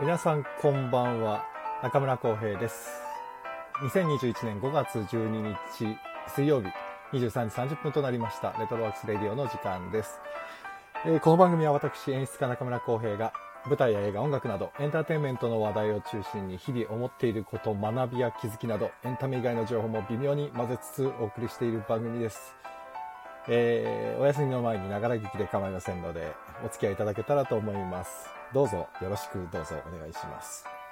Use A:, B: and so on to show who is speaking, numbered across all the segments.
A: 皆さんこんばんは、中村浩平です。2021年5月12日水曜日23時30分となりました。レトロワークスレディオの時間です。この番組は私演出家中村浩平が舞台や映画、音楽などエンターテインメントの話題を中心に日々思っていること、学びや気づきなどエンタメ以外の情報も微妙に混ぜつつお送りしている番組です。お休みの前にながら聞きで構いませんのでお付き合いいただけたらと思います。どうぞよろしくどうぞお願いします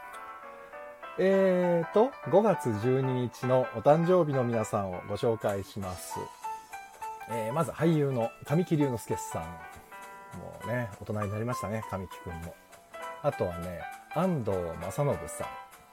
A: 。5月12日のお誕生日の皆さんをご紹介します。まず俳優の神木隆之介さん、もうね大人になりましたね、神木くんも。あとはね安藤正信さん、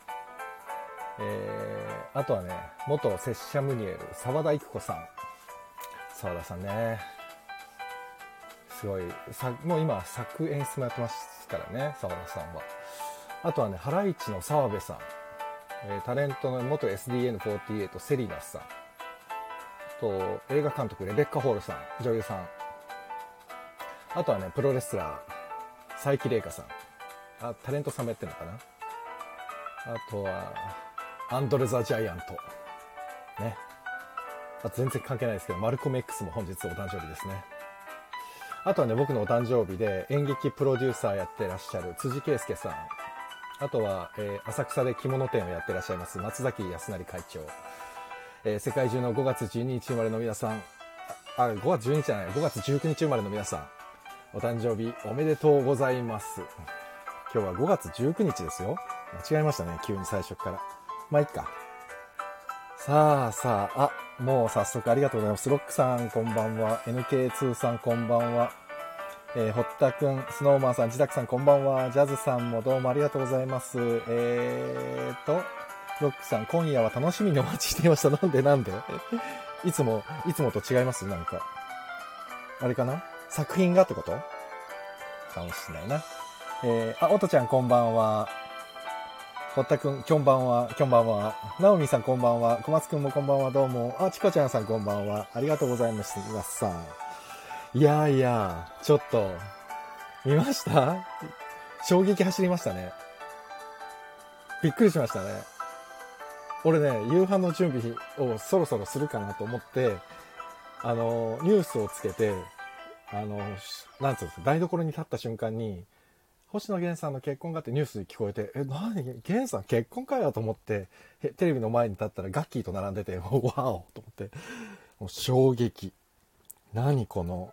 A: あとはね元拙者ムニエル沢田育子さん。沢田さんねすごいもう今作演出もやってますからね、沢田さんは。あとはねハライチの澤部さん、タレントの元 SDN48 セリナさん、と映画監督レベッカ・ホールさん、女優さん。あとはねプロレスラー佐伯玲香さん、タレントさんもやってるのかな。あとはアンドレ・ザ・ジャイアントね。全然関係ないですけどマルコム X も本日お誕生日ですね。あとはね僕のお誕生日で演劇プロデューサーやってらっしゃる辻圭介さん。あとは、浅草で着物店をやってらっしゃいます松崎康成会長。世界中の5月12日生まれの皆さん、5月12日じゃない、5月19日生まれの皆さん、お誕生日おめでとうございます。今日は5月19日ですよ。間違えましたね、急に最初から。まあいっか。さあ、もう早速ありがとうございます。ロックさんこんばんは、 NK2 さんこんばんは、堀田くん、スノーマンさん、自宅さんこんばんは、ジャズさんもどうもありがとうございます。ロックさん、今夜は楽しみにお待ちしていました。なんでいつもと違います？なんかあれかな、作品がってことかもしれないな。おとちゃんこんばんは、堀田くん、きょんばんは。なおみさんこんばんは。小松くんもこんばんは、どうも。ちこちゃんさんこんばんは。ありがとうございます。いや、ちょっと、見ました？衝撃走りましたね。びっくりしましたね。俺ね、夕飯の準備をそろそろするかなと思って、ニュースをつけて、なんつうんですか、台所に立った瞬間に、星野源さんの結婚がってニュースに聞こえて、何源さん結婚かよと思って、テレビの前に立ったらガッキーと並んでて、わおと思って、もう衝撃。何この、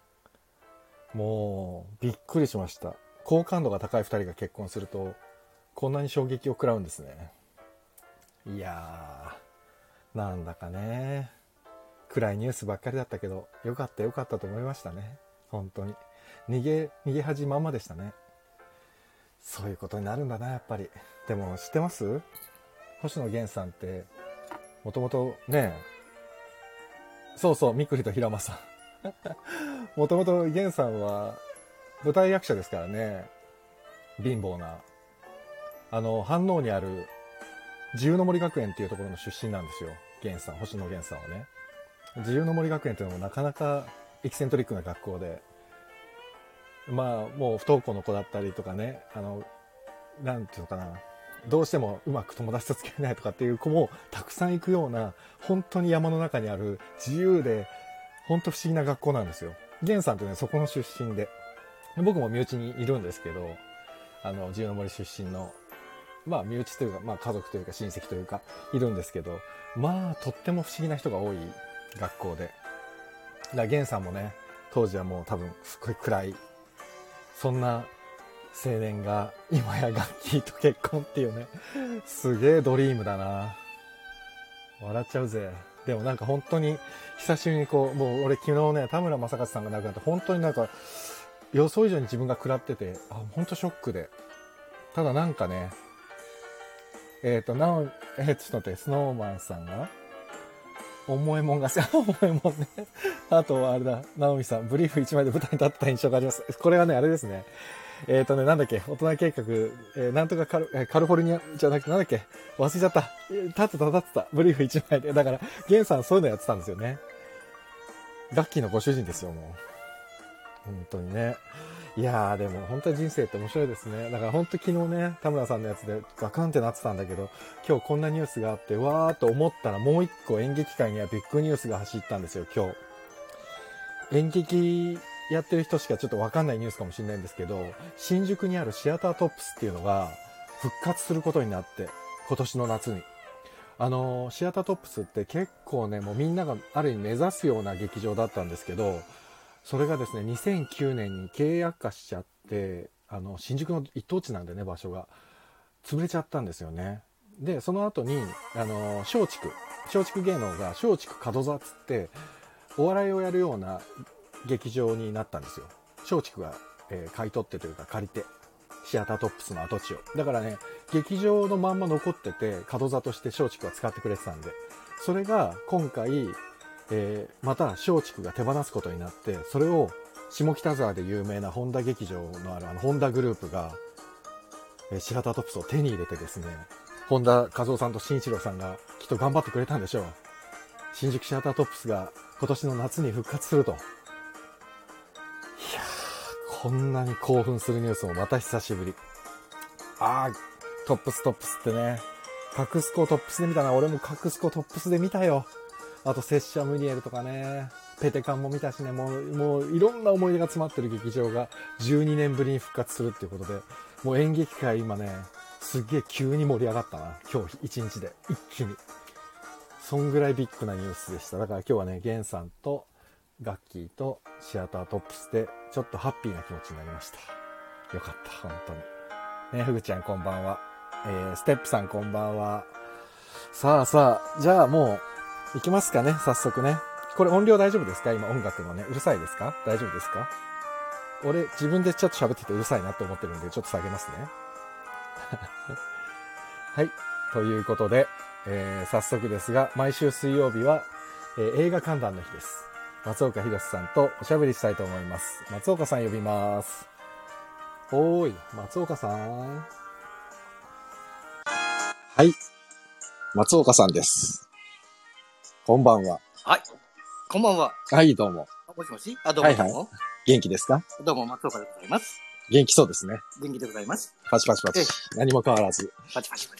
A: もうびっくりしました。好感度が高い2人が結婚するとこんなに衝撃を食らうんですね。いやー、なんだかね、暗いニュースばっかりだったけどよかったと思いましたね。本当に逃げ恥まんまでしたね。そういうことになるんだな、やっぱり。でも知ってます？星野源さんってもともとね、そうみくりと平間さんもともと源さんは舞台役者ですからね。貧乏な飯能にある自由の森学園っていうところの出身なんですよ、源さん。星野源さんはね、自由の森学園っていうのもなかなかエキセントリックな学校で、もう不登校の子だったりとかね、なんていうのかな、どうしてもうまく友達と付き合えないとかっていう子もたくさん行くような、本当に山の中にある自由で本当不思議な学校なんですよ。源さんってね、そこの出身で、僕も身内にいるんですけど、自由の森出身の身内というか、家族というか親戚というかいるんですけど、とっても不思議な人が多い学校で、源さんもね、当時はもう多分すっごい暗い、そんな青年が今やガッキーと結婚っていうね、すげえドリームだな。笑っちゃうぜ。でもなんか本当に久しぶりにもう俺昨日ね、田村正和さんが亡くなって本当になんか予想以上に自分が食らってて、本当ショックで。ただなんかね、ちょっと待って、スノーマンさんが重いもんが重いもんね。あとはあれだ、ナオミさん、ブリーフ1枚で舞台に立った印象があります。これはね、あれですね。なんだっけ、大人計画、なんとかカルフォルニアじゃなくて、なんだっけ、忘れちゃった。立ってた。ブリーフ1枚で。だから、ゲンさんそういうのやってたんですよね。ガッキーのご主人ですよ、もう。 本当にね。いやーでも本当に人生って面白いですね。だから本当昨日ね、田村さんのやつでガクンってなってたんだけど、今日こんなニュースがあって、わーっと思ったらもう一個演劇界にはビッグニュースが走ったんですよ、今日。演劇やってる人しかちょっとわかんないニュースかもしれないんですけど、新宿にあるシアタートップスっていうのが復活することになって、今年の夏に。シアタートップスって結構ね、もうみんながある意味目指すような劇場だったんですけど、それがですね、2009年に経営悪化しちゃって、新宿の一等地なんでね、場所が。潰れちゃったんですよね。で、その後に、松竹芸能が松竹門座っつって、お笑いをやるような劇場になったんですよ。松竹が、買い取ってというか借りて、シアタートップスの跡地を。だからね、劇場のまんま残ってて、門座として松竹は使ってくれてたんで、それが今回、また松竹が手放すことになって、それを下北沢で有名な本田劇場のある本田グループが、シアタートップスを手に入れてですね、本田和夫さんと新一郎さんがきっと頑張ってくれたんでしょう。新宿シアタートップスが今年の夏に復活すると。いやー、こんなに興奮するニュースもまた久しぶり。トップスってね。カクスコトップスで見たな。俺もカクスコトップスで見たよ。あとセッシャムニエルとかね、ペテカンも見たしね、もういろんな思い出が詰まってる劇場が12年ぶりに復活するっていうことで、もう演劇界今ね、すっげえ急に盛り上がったな。今日一日で一気に。そんぐらいビッグなニュースでした。だから今日はね、ゲンさんとガッキーとシアタートップスでちょっとハッピーな気持ちになりました。よかった、本当に。ね、ふぐちゃんこんばんは。ステップさんこんばんは。さあ、じゃあもう行きますかね、早速ね。これ音量大丈夫ですか？今音楽のね、うるさいですか？大丈夫ですか？俺自分でちょっと喋っててうるさいなと思ってるんでちょっと下げますね。はい、ということで、早速ですが、毎週水曜日は、映画観覧の日です。松岡弘さんとおしゃべりしたいと思います。松岡さん呼びます。おーい、松岡さん。はい、松岡さんです。こんばんは。
B: はい。こんばんは。
A: はい、どうも。
B: もしもし？どうもどうも。
A: はいはい。元気ですか？
B: どうも、松岡でございます。
A: 元気そうですね。
B: 元気でございます。
A: パチパチパチ。何も変わらず。
B: パチパチパチ。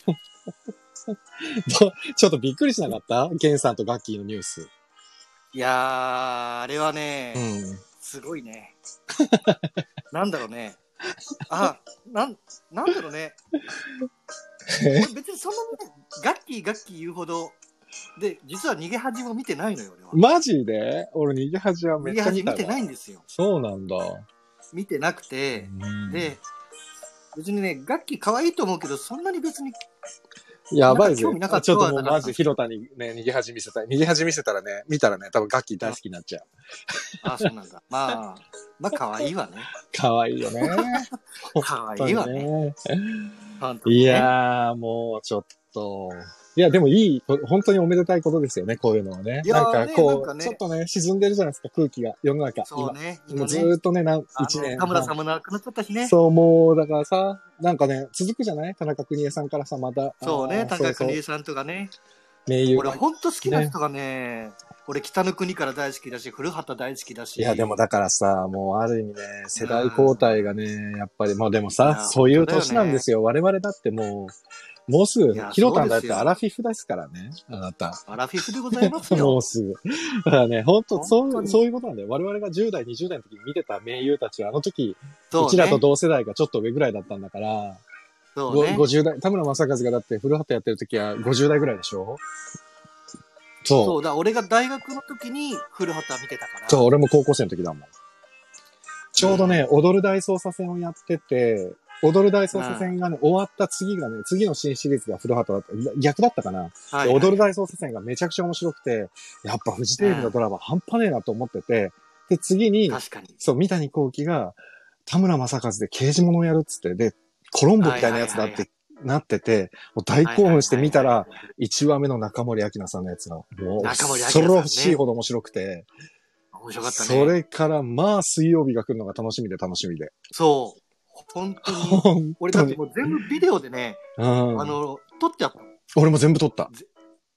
A: ちょっとびっくりしなかった？ゲンさんとガッキーのニュース。
B: いやー、あれはね、すごいね。なんだろうね。なんだろうね。別にそんなね、ガッキー言うほど、で、実は逃げ恥も見てないのよ、俺は。
A: マジで？俺逃げ恥はめっちゃ見た。
B: 逃げ恥見てないんですよ。
A: そうなんだ。
B: 見てなくて、で、別にね、ガッキー可愛いと思うけど、そんなに別に、
A: やばいぜ。
B: 興味なかった。
A: ちょっともうマジ、広田にね、逃げ恥見せたい。逃げ恥見せたらね、見たらね、多分ガッキー大好きになっちゃう。
B: そうなんだ。まあ可愛いわね。
A: 可愛いよね。
B: 可愛いわね。
A: いやー、もうちょっと。いや、でも本当におめでたいことですよね、こういうのはね。なんかこう、ちょっとね、沈んでるじゃないですか、空気が、世の中。
B: そうね。
A: もうずーっとね、1年。
B: 田村さんも亡くなっちゃったしね。
A: そう、もう、だからさ、なんかね、続くじゃない？田中邦衛さんからさ、また。
B: そうね、田中邦衛さんとかね。
A: 名優。
B: 俺、ほんと好きな人がね、俺、北の国から大好きだし、古畑大好きだし。
A: いや、でもだからさ、もうある意味ね、世代交代がね、やっぱり、まあでもさ、そういう年なんですよ。我々だってもうすぐ、ヒロタンだってアラフィフですからね、あなた。
B: アラフィフでございますよ。
A: もうすぐ。だからね、ほんと、そういうことなんだよ。我々が10代、20代の時に見てた名優たちは、あの時、うちらと同世代がちょっと上ぐらいだったんだから、そうね、50代、田村正和がだって古畑やってる時は50代ぐらいでしょ？
B: そうだ、俺が大学の時に古畑見てたから。
A: そう、俺も高校生の時だもん。ちょうどね、踊る大捜査線をやってて、踊る大捜査線がね、終わった次の新シリーズが古畑だった。逆だったかな、はいはい、踊る大捜査線がめちゃくちゃ面白くて、やっぱフジテレビのドラマ半端ねえなと思ってて、で、次に、そう、三谷幸喜が田村正和で刑事物をやるっつって、で、コロンボみたいなやつだって、なってて、もう大興奮して見たら、1話目の中森明菜さんのやつが、もう、恐ろしいほど面白くて、
B: 面白かったね。
A: それから、まあ、水曜日が来るのが楽しみで。
B: そう。本当に。俺だってもう全部ビデオでね、撮っちゃった。
A: 俺も全部撮った。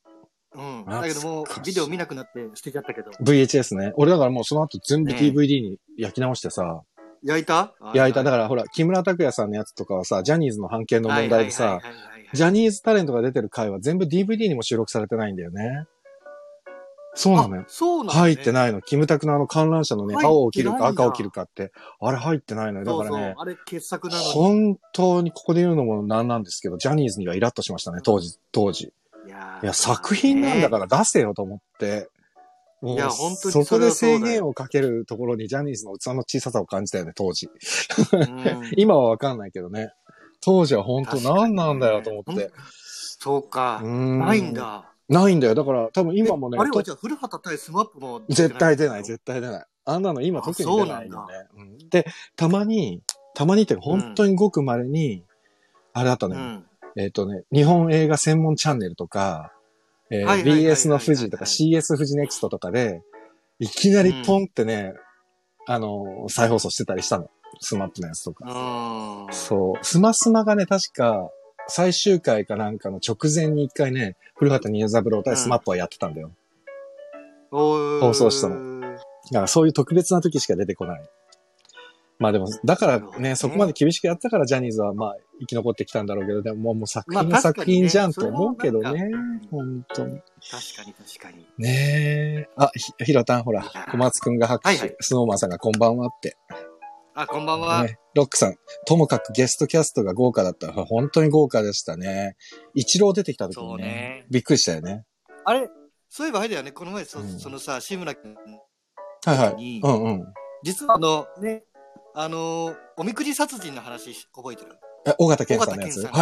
B: うん。だけどもう、ビデオ見なくなって捨てちゃったけど。
A: VHS ね。俺だからもうその後全部 DVD に焼き直してさ。
B: 焼いた。
A: だからほら、木村拓哉さんのやつとかはさ、ジャニーズの版権の問題でさ、ジャニーズタレントが出てる回は全部 DVD にも収録されてないんだよね。そうなのよ。
B: そうなの、ね、
A: 入ってないの。キムタクの観覧車のね、青を切るか赤を切るかって、あれ入ってないのよ。だからね、
B: そうあれ傑作なのに。
A: 本当にここで言うのもなんなんですけど、ジャニーズにはイラッとしましたね、当時。いや、作品なんだから出せよと思って。もう、いや、本当にそこで制限をかけるところにジャニーズの器の小ささを感じたよね、当時。今はわかんないけどね。当時は本当何なんだよと思って。
B: そうか。ないんだ。
A: ないんだよ。だから多分今もね。
B: あれはじゃあ古畑対スマップも
A: 絶対出ない。あんなの今特に出ないよね。で、たまにって本当にごく稀に、あれだったね。日本映画専門チャンネルとか、BS の富士とか CS 富士ネクストとかで、いきなりポンってね、再放送してたりしたの。スマップのやつとか。そう。スマスマがね、確か、最終回かなんかの直前に一回ね、古畑任三郎対スマップはやってたんだよ。放送したの。だからそういう特別な時しか出てこない。まあでも、だからね、そこまで厳しくやったからジャニーズはまあ生き残ってきたんだろうけど、でももう作品は作品じゃんと思うけどね。本当に。
B: 確かに。
A: ねえ。あ、ひろたんほら、小松くんが拍手、スノーマンさんがこんばんはって。
B: こんばんは。
A: ロックさん、ともかくゲストキャストが豪華だった。本当に豪華でしたね。一郎出てきた時にね、びっくりしたよね。
B: あれ、そういえばあれだよね、この前、そのさ、志村君
A: に、
B: 実はおみくじ殺人の話覚えてる？
A: 尾形健さんのやつ。はい。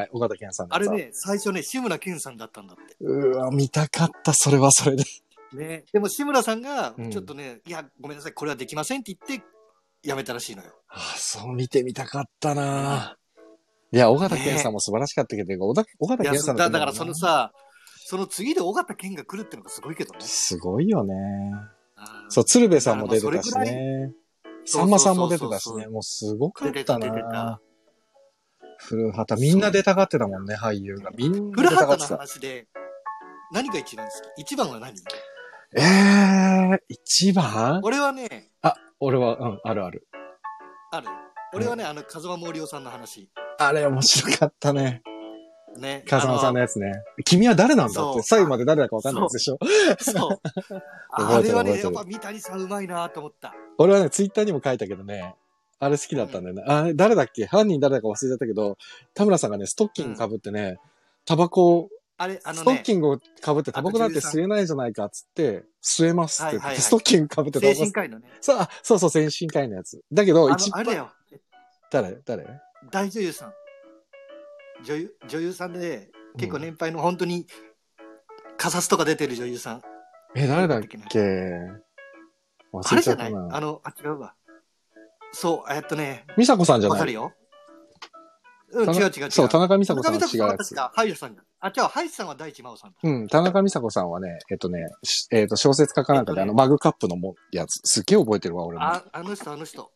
A: 尾形健さんのやつ。
B: あれね、最初ね、志村けんさんだったんだって。
A: うわ、見たかった、それはそれで。
B: ね、でも志村さんが、ちょっとね、いや、ごめんなさい、これはできませんって言って、やめたらしいのよ。
A: そう見てみたかったな。いや、尾形健さんも素晴らしかったけど、尾形健さん
B: だからそのさ、その次で尾形健が来るってのがすごいけどね。
A: すごいよね。そう、鶴瓶さんも出てたしね。さんまさんも出てたしね。もうすごかったな。古畑、みんな出たがってたもんね、俳優が。みんな出たがってた。
B: 古畑の話で、何が一番好き？一番は何？
A: 一番？
B: 俺はね、
A: 俺は、ある。
B: 俺はね、風間森夫さんの話。
A: あれ面白かったね。
B: ね。
A: 風間さんのやつね。君は誰なんだって、最後まで誰だか分かんないやつでしょ？
B: そう。あれはね、やっぱ三谷さんうまいなと思った。
A: 俺はね、ツイッターにも書いたけどね、あれ好きだったんだよね。あれ、誰だっけ？犯人誰だか忘れちゃったけど、田村さんがね、ストッキング被ってね、タバコを、ストッキングを被ってタバコなんて吸えないじゃないかっつって、吸えますって言って、ストッキング被ってタバコ。
B: 精神科医のね。
A: そう、精神科医のやつ。だけど、
B: あれよ。
A: 誰？
B: 大女優さん。女優さんで、結構年配の本当に、カサスとか出てる女優さん。
A: 誰だっけ？
B: あれじゃない？違うわ。そう、
A: 美佐子さんじゃない？
B: わかるよ。違う。
A: そう、田中美佐子さんは違うやつ。
B: ハイヤさんだ。ハイヤさんは大地真央さんだ。
A: 田中美佐子さんはね、小説家かなんかで、マグカップのやつ、すっげえ覚えてるわ、俺も。
B: あの人。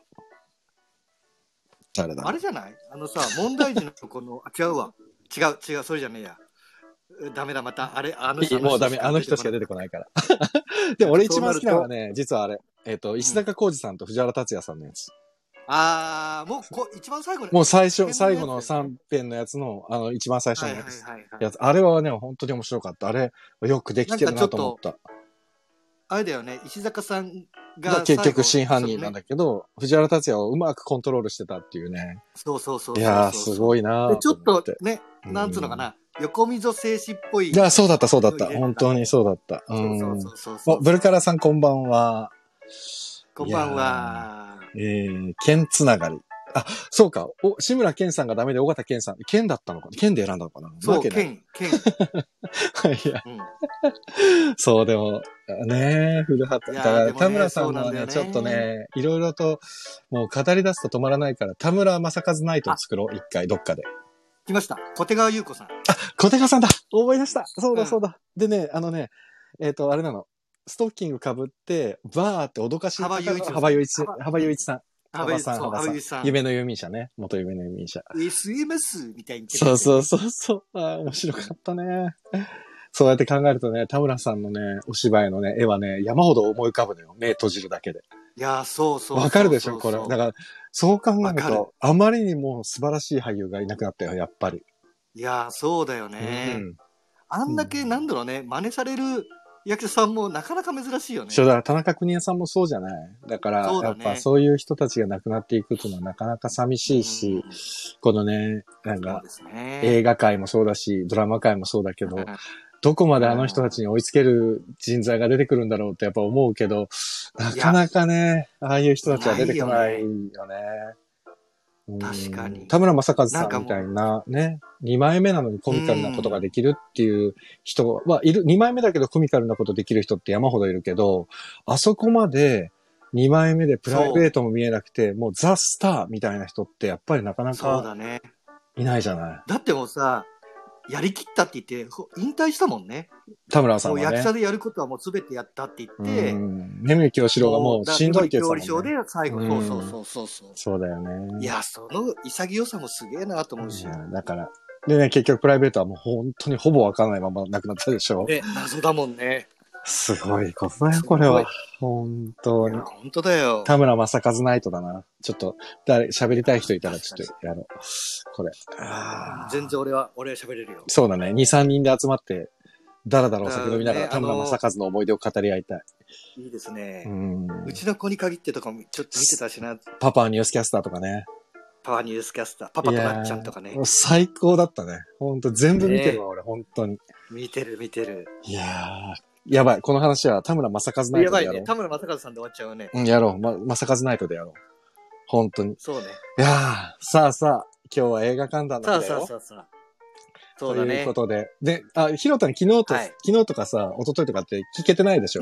A: 誰だ？
B: あれじゃない？問題児のこの、違うわ。違う、それじゃねえや。ダメだ、また、
A: もうダメ、あの人しか出てこないから。でも俺一番好きなのはね、実はあれ、石坂浩二さんと藤原竜也さんのやつ。
B: もう一番最後
A: もう最後の3編のやつの、一番最初のやつ。あれはね、本当に面白かった。あれ、よくできてるなと思った。
B: あれだよね、石坂さんが
A: 結局真犯人なんだけど、藤原竜也をうまくコントロールしてたっていうね。
B: そう。
A: いやー、すごいなー。
B: ちょっとね、なんつうのかな、横溝静止っぽい。
A: いや、そうだった。本当にそうだった。ブルカラさんこんばんは。
B: こんばんは。
A: 剣つながり。そうか。志村けんさんがダメで尾形健さん。剣だったのかな？剣で選んだのかな？
B: そう、剣。い
A: や。そう、でも、ね古畑。だから田村さんはね、ちょっとね、いろいろと、もう語り出すと止まらないから、田村正和ナイトを作ろう、一回、どっかで。
B: 来ました。小手川優子さん。
A: 小手川さんだ！思い出した！そうだ。でね、あれなの。ストッキング被って、バーって脅かし
B: 幅雄一さん。
A: 幅雄一さん。幅さ
B: ん。
A: 夢の遊民者ね。元夢の遊民者。
B: SMS みたいに。
A: そう。面白かったね。 そうやって考えるとね、田村さんのね、お芝居のね、絵はね、山ほど思い浮かぶのよ。目閉じるだけで。
B: いや、そうそうそうそう。
A: わかるでしょこれ。だから、そう考える
B: わかる
A: と、あまりにも素晴らしい俳優がいなくなったよ、やっぱり。
B: いや、そうだよね。
A: うん。
B: あんだけ、なんだろうね、真似される役者さんもなかなか珍しいよね。
A: そう、だから田中邦衛さんもそうじゃない。だから、やっぱそういう人たちが亡くなっていくっていうのはなかなか寂しいし、このね、なんか、映画界もそうだし、ドラマ界もそうだけど、どこまであの人たちに追いつける人材が出てくるんだろうってやっぱ思うけど、なかなかね、ああいう人たちは出てこないよね。
B: 確かに。
A: 田村正和さんみたいなね、2枚目なのにコミカルなことができるっていう人はいる、2枚目だけどコミカルなことできる人って山ほどいるけど、あそこまで2枚目でプライベートも見えなくて、もうザ・スターみたいな人ってやっぱりなかなかいないじゃない。
B: だってもうさ、やりきったって言って、引退したもんね。
A: 田村さんはね。
B: もう役者でやることはもう全てやったって言って、
A: 眠清志郎がもうしんどいって言ってたもんね。
B: 料理賞で最後、そう。
A: そうだよね。
B: いや、その潔さもすげえなと思うし。
A: だから。でね、結局プライベートはもう本当にほぼわからないまま亡くなったでしょ。
B: ね、謎だもんね。
A: すごいことだよ、これは。本当に。
B: 本当だよ。
A: 田村正和ナイトだな。ちょっと、喋りたい人いたらちょっとやろう。これ。
B: 全然俺は喋れるよ。
A: そうだね。2、3人で集まって、だらだらお酒飲みながら田村正和の思い出を語り合いたい。
B: いいですね。うちの子に限ってとかもちょっと見てたしな。
A: パパニュースキャスターとかね。
B: パパニュースキャスター。パパとなっちゃんとかね。
A: 最高だったね。ほんと、全部見てるわ、俺、本当に。
B: 見てる。
A: いやー、やばい。この話は田村正和ナイトでやろう。
B: やばいね。田村正和さんで終わっちゃうね。
A: やろう。正和ナイトでやろう。本当に。
B: そうね。
A: いやー、さあ、今日は映画観覧なんだよ。
B: さあ。そうだね。
A: ということで。で、ひろたに昨日とかさ、一昨日とかって聞けてないでしょ？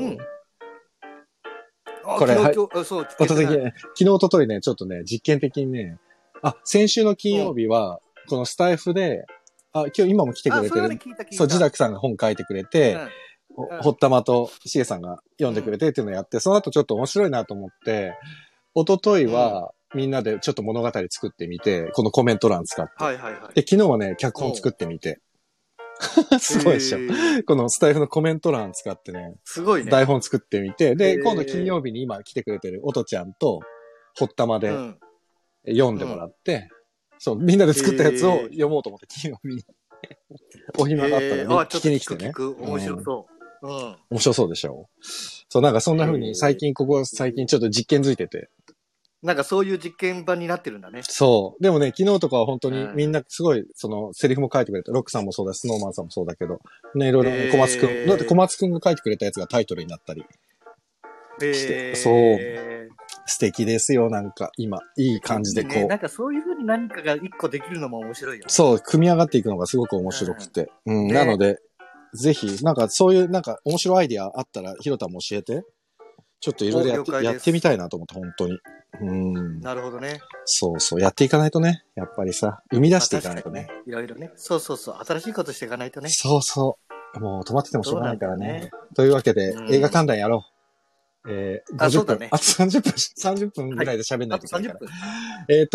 A: これ、はい。
B: そう、
A: 昨日、一昨日ね、ちょっとね、実験的にね、先週の金曜日は、このスタイフで、今も来てくれてる。そう、ジダクさんが本書いてくれて、ほったまとしげさんが読んでくれてっていうのをやって、その後ちょっと面白いなと思って、一昨日は、みんなでちょっと物語作ってみて、このコメント欄使って。で、昨日はね、脚本作ってみて。すごいでしょ。このスタイフのコメント欄使ってね。
B: すごいね。
A: 台本作ってみて。で、今度金曜日に今来てくれてるおとちゃんと、ほったまで読んでもらって、そう、みんなで作ったやつを読もうと思って金曜日に。お暇があったら聞きに来てね。
B: 面白そう。
A: 面白そうでしょ。そう、なんかそんな風に最近ちょっと実験づいてて。
B: なんかそういう実験版になってるんだね。
A: そう。でもね、昨日とかは本当にみんなすごい、セリフも書いてくれた。ロックさんもそうだし、スノーマンさんもそうだけど、ね、いろいろ小松くん。だって小松くんが書いてくれたやつがタイトルになったりして。そう。素敵ですよ、なんか、今。いい感じでこう。
B: なんかそういう風に何かが一個できるのも面白いよ。
A: そう、組み上がっていくのがすごく面白くて。なので、ぜひ、なんかそういう、なんか面白いアイディアあったら、ひろたも教えて。ちょっといろいろやってみたいなと思って、本当に。
B: なるほどね。
A: そう、やっていかないとね。やっぱりさ、生み出していかないとね。
B: いろいろね。そう。新しいことしていかないとね。
A: そう。もう止まっててもしょうがないからね。というわけで、映画観覧やろう。50分。あと30分ぐらいで喋んないといけないから。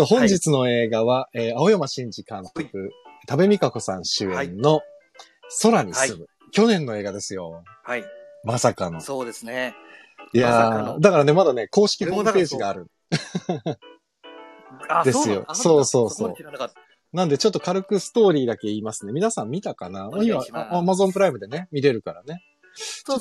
A: 本日の映画は、青山真司監督、多部未華子さん主演の空に住む。去年の映画ですよ。
B: はい。
A: まさかの。
B: そうですね。
A: いやだからね、まだね、公式ホームページがある。ですよ。そう。なんでちょっと軽くストーリーだけ言いますね。皆さん見たかな？今、Amazon プライムでね、見れるからね。
B: そう。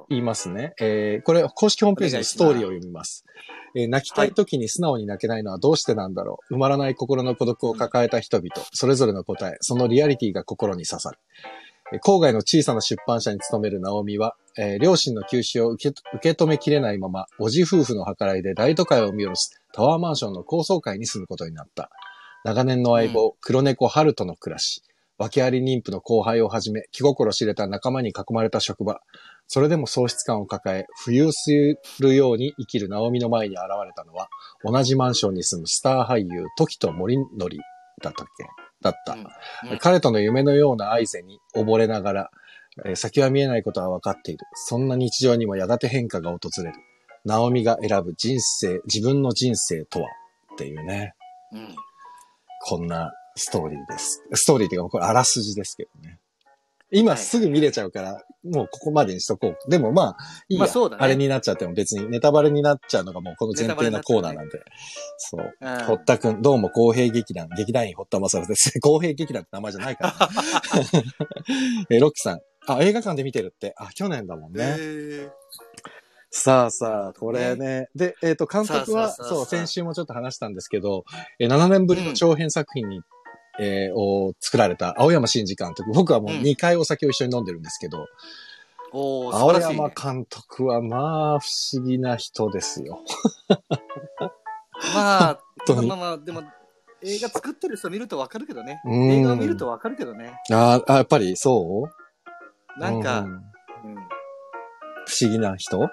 A: 言いますね。これ、公式ホームページにストーリーを読みます。泣きたい時に素直に泣けないのはどうしてなんだろう。埋まらない心の孤独を抱えた人々、それぞれの答え、そのリアリティが心に刺さる。郊外の小さな出版社に勤めるナオミは、両親の休止を受け止めきれないまま、おじ夫婦の計らいで大都会を見下ろすタワーマンションの高層階に住むことになった。長年の相棒、黒猫ハルとの暮らし、訳あり妊婦の後輩をはじめ、気心知れた仲間に囲まれた職場、それでも喪失感を抱え、浮遊するように生きるナオミの前に現れたのは、同じマンションに住むスター俳優、時戸森則だったっけだった。彼との夢のような合図に溺れながら、先は見えないことは分かっている。そんな日常にもやがて変化が訪れる。ナオミが選ぶ自分の人生とはっていうね。こんなストーリーです。ストーリーっていうか、これあらすじですけどね。 今すぐ見れちゃうから、もうここまでにしとこう。でもまあ、いいや、
B: まあそうだね
A: あれになっちゃっても別にネタバレになっちゃうのがもうこの前提のコーナーなんで。そう。堀田くん、どうも公平劇団員堀田正です。公平劇団って名前じゃないから、ロックさん、映画館で見てるって。去年だもんね。さあさあ、これね。で、監督は、そう、先週もちょっと話したんですけど、7年ぶりの長編作品に、を作られた青山真司監督。僕はもう2回お酒を一緒に飲んでるんですけど、青山監督はまあ不思議な人ですよ。
B: まあ、でも映画作ってる人見るとわかるけどね。映画を見るとわかるけどね。
A: やっぱりそう
B: なんか、
A: 不思議な人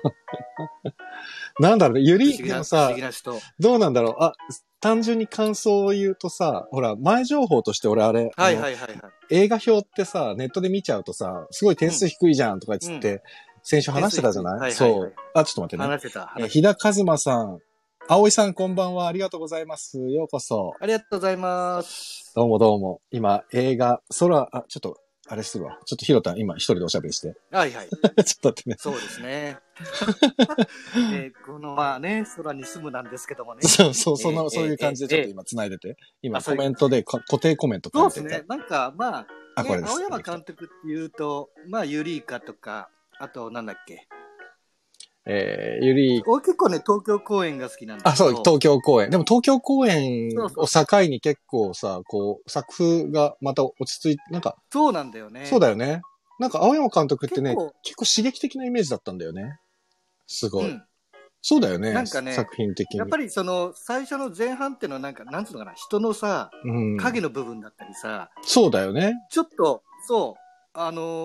A: なんだろうね、でもさ、どうなんだろう。単純に感想を言うとさ、ほら、前情報として俺あれ、映画表ってさ、ネットで見ちゃうとさ、すごい点数低いじゃんとか言って、先週話してたじゃない？そう。ちょっと待ってね。
B: 話してた。
A: 日田和馬さん、葵さんこんばんは。ありがとうございます。ようこそ。
B: ありがとうございます。
A: どうもどうも。今、映画、ちょっと、あれするわ。ちょっとひろたん、今一人でおしゃべりして。
B: はいはい。
A: ちょっと待ってね。
B: そうですね。このまあね、空に住むなんですけどもね。
A: そういう感じでちょっと今繋いでて。今コメントで固定コメント書いてて。
B: そうですね。なんかまあ、青山監督っていうと、まあユリイカとか、あとなんだっけ。俺結構ね、東京公演が好きなんだけど。
A: そう、東京公演。でも東京公演を境に結構さ、こう、作風がまた落ち着いて、なんか。
B: そうなんだよね。
A: そうだよね。なんか青山監督ってね、結構刺激的なイメージだったんだよね。すごい。そうだよね。なんかね、作品的に。
B: やっぱりその、最初の前半ってのはなんか、なんつうのかな、人のさ、影の部分だったりさ。
A: そうだよね。
B: ちょっと、そう、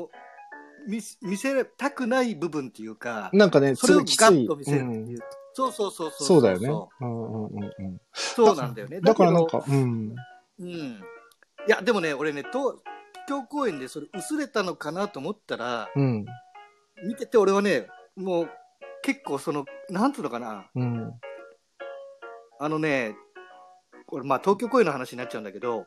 B: 見せたくない部分っていうか、
A: なんかね、
B: それをガッと見せるっていう。そう。
A: そうだよね。
B: そうなんだよね。
A: だからなんか、
B: いや、でもね、俺ね、東京公演でそれ薄れたのかなと思ったら、見てて俺はね、もう結構その、なんつうのかな、これまあ東京公演の話になっちゃうんだけど、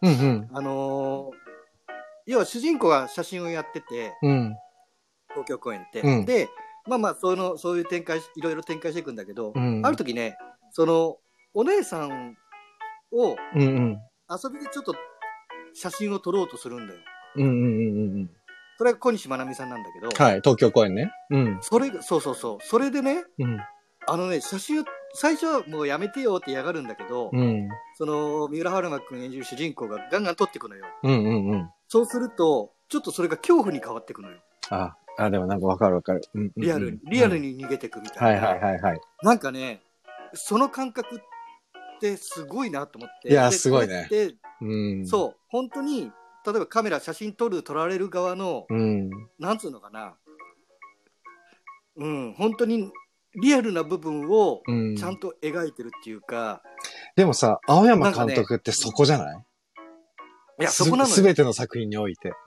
B: 要は主人公が写真をやってて、東京公演って。で、まあそういう展開、いろいろ展開していくんだけど、ある時ね、その、お姉さんを、遊びでちょっと写真を撮ろうとするんだよ。それが小西真奈美さんなんだけど。
A: はい、東京公演ね。
B: そう。それでね、写真を、最初はもうやめてよって嫌がるんだけど、その、三浦春馬くん演じる主人公がガンガン撮っていくのよ。そうすると、ちょっとそれが恐怖に変わっていくのよ。
A: でもなんかわかる。
B: リアルに逃げていくみたいな。
A: はい。
B: なんかね、その感覚ってすごいなと思って。
A: いや、すごいね。
B: そう、本当に、例えばカメラ写真撮られる側の、なんつうのかな。本当にリアルな部分をちゃんと描いてるっていうか。
A: でもさ、青山監督ってそこじゃない？
B: いや、そこなのよ。
A: すべての作品において。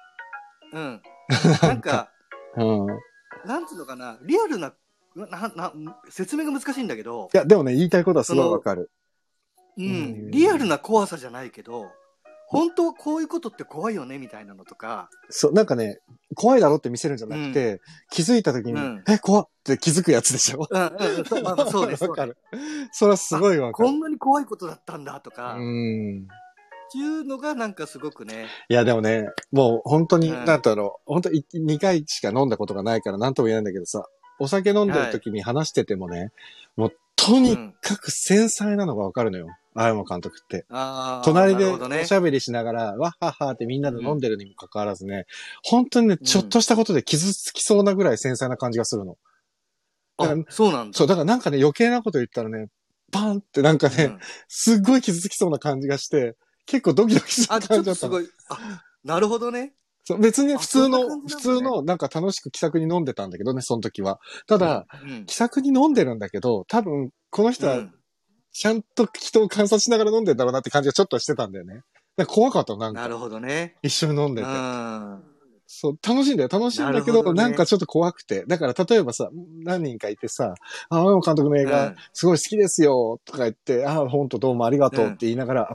B: なんか、なんつうのかな、リアルな、説明が難しいんだけど。
A: いや、でもね、言いたいことはすごいわかる。
B: リアルな怖さじゃないけど、本当はこういうことって怖いよねみたいなのとか。
A: そう、なんかね、怖いだろって見せるんじゃなくて、気づいた時に、怖っって気づくやつでしょ。
B: そうです。
A: わかる。それはすごいわかる。
B: こんなに怖いことだったんだとか。っていうのがなんかすごくね。
A: いやでもね、もう本当に、なんだろう、本当に2回しか飲んだことがないから何とも言えないんだけどさ、お酒飲んでる時に話しててもね、もうとにかく繊細なのがわかるのよ。青山監督って。隣でおしゃべりしながら、わっはっはってみんなで飲んでるにもかかわらずね、本当にね、ちょっとしたことで傷つきそうなぐらい繊細な感じがするの。
B: そうなんだ。
A: そう、だからなんかね、余計なこと言ったらね、パンってなんかね、すっごい傷つきそうな感じがして、結構ドキドキする感じだったの。
B: すごい。なるほどね。
A: そう、別に普通のなんか楽しく気さくに飲んでたんだけどね、その時は。ただ、気さくに飲んでるんだけど、多分、この人は、ちゃんと人を観察しながら飲んでんだろうなって感じがちょっとしてたんだよね。なんか怖かった、なんか。
B: なるほどね。
A: 一緒に飲んでて。そう、楽しいんだよ。楽しいんだけど、なんかちょっと怖くて。だから例えばさ、何人かいてさ、青山監督の映画、すごい好きですよ、とか言って、ほんとどうもありがとうって言いながら、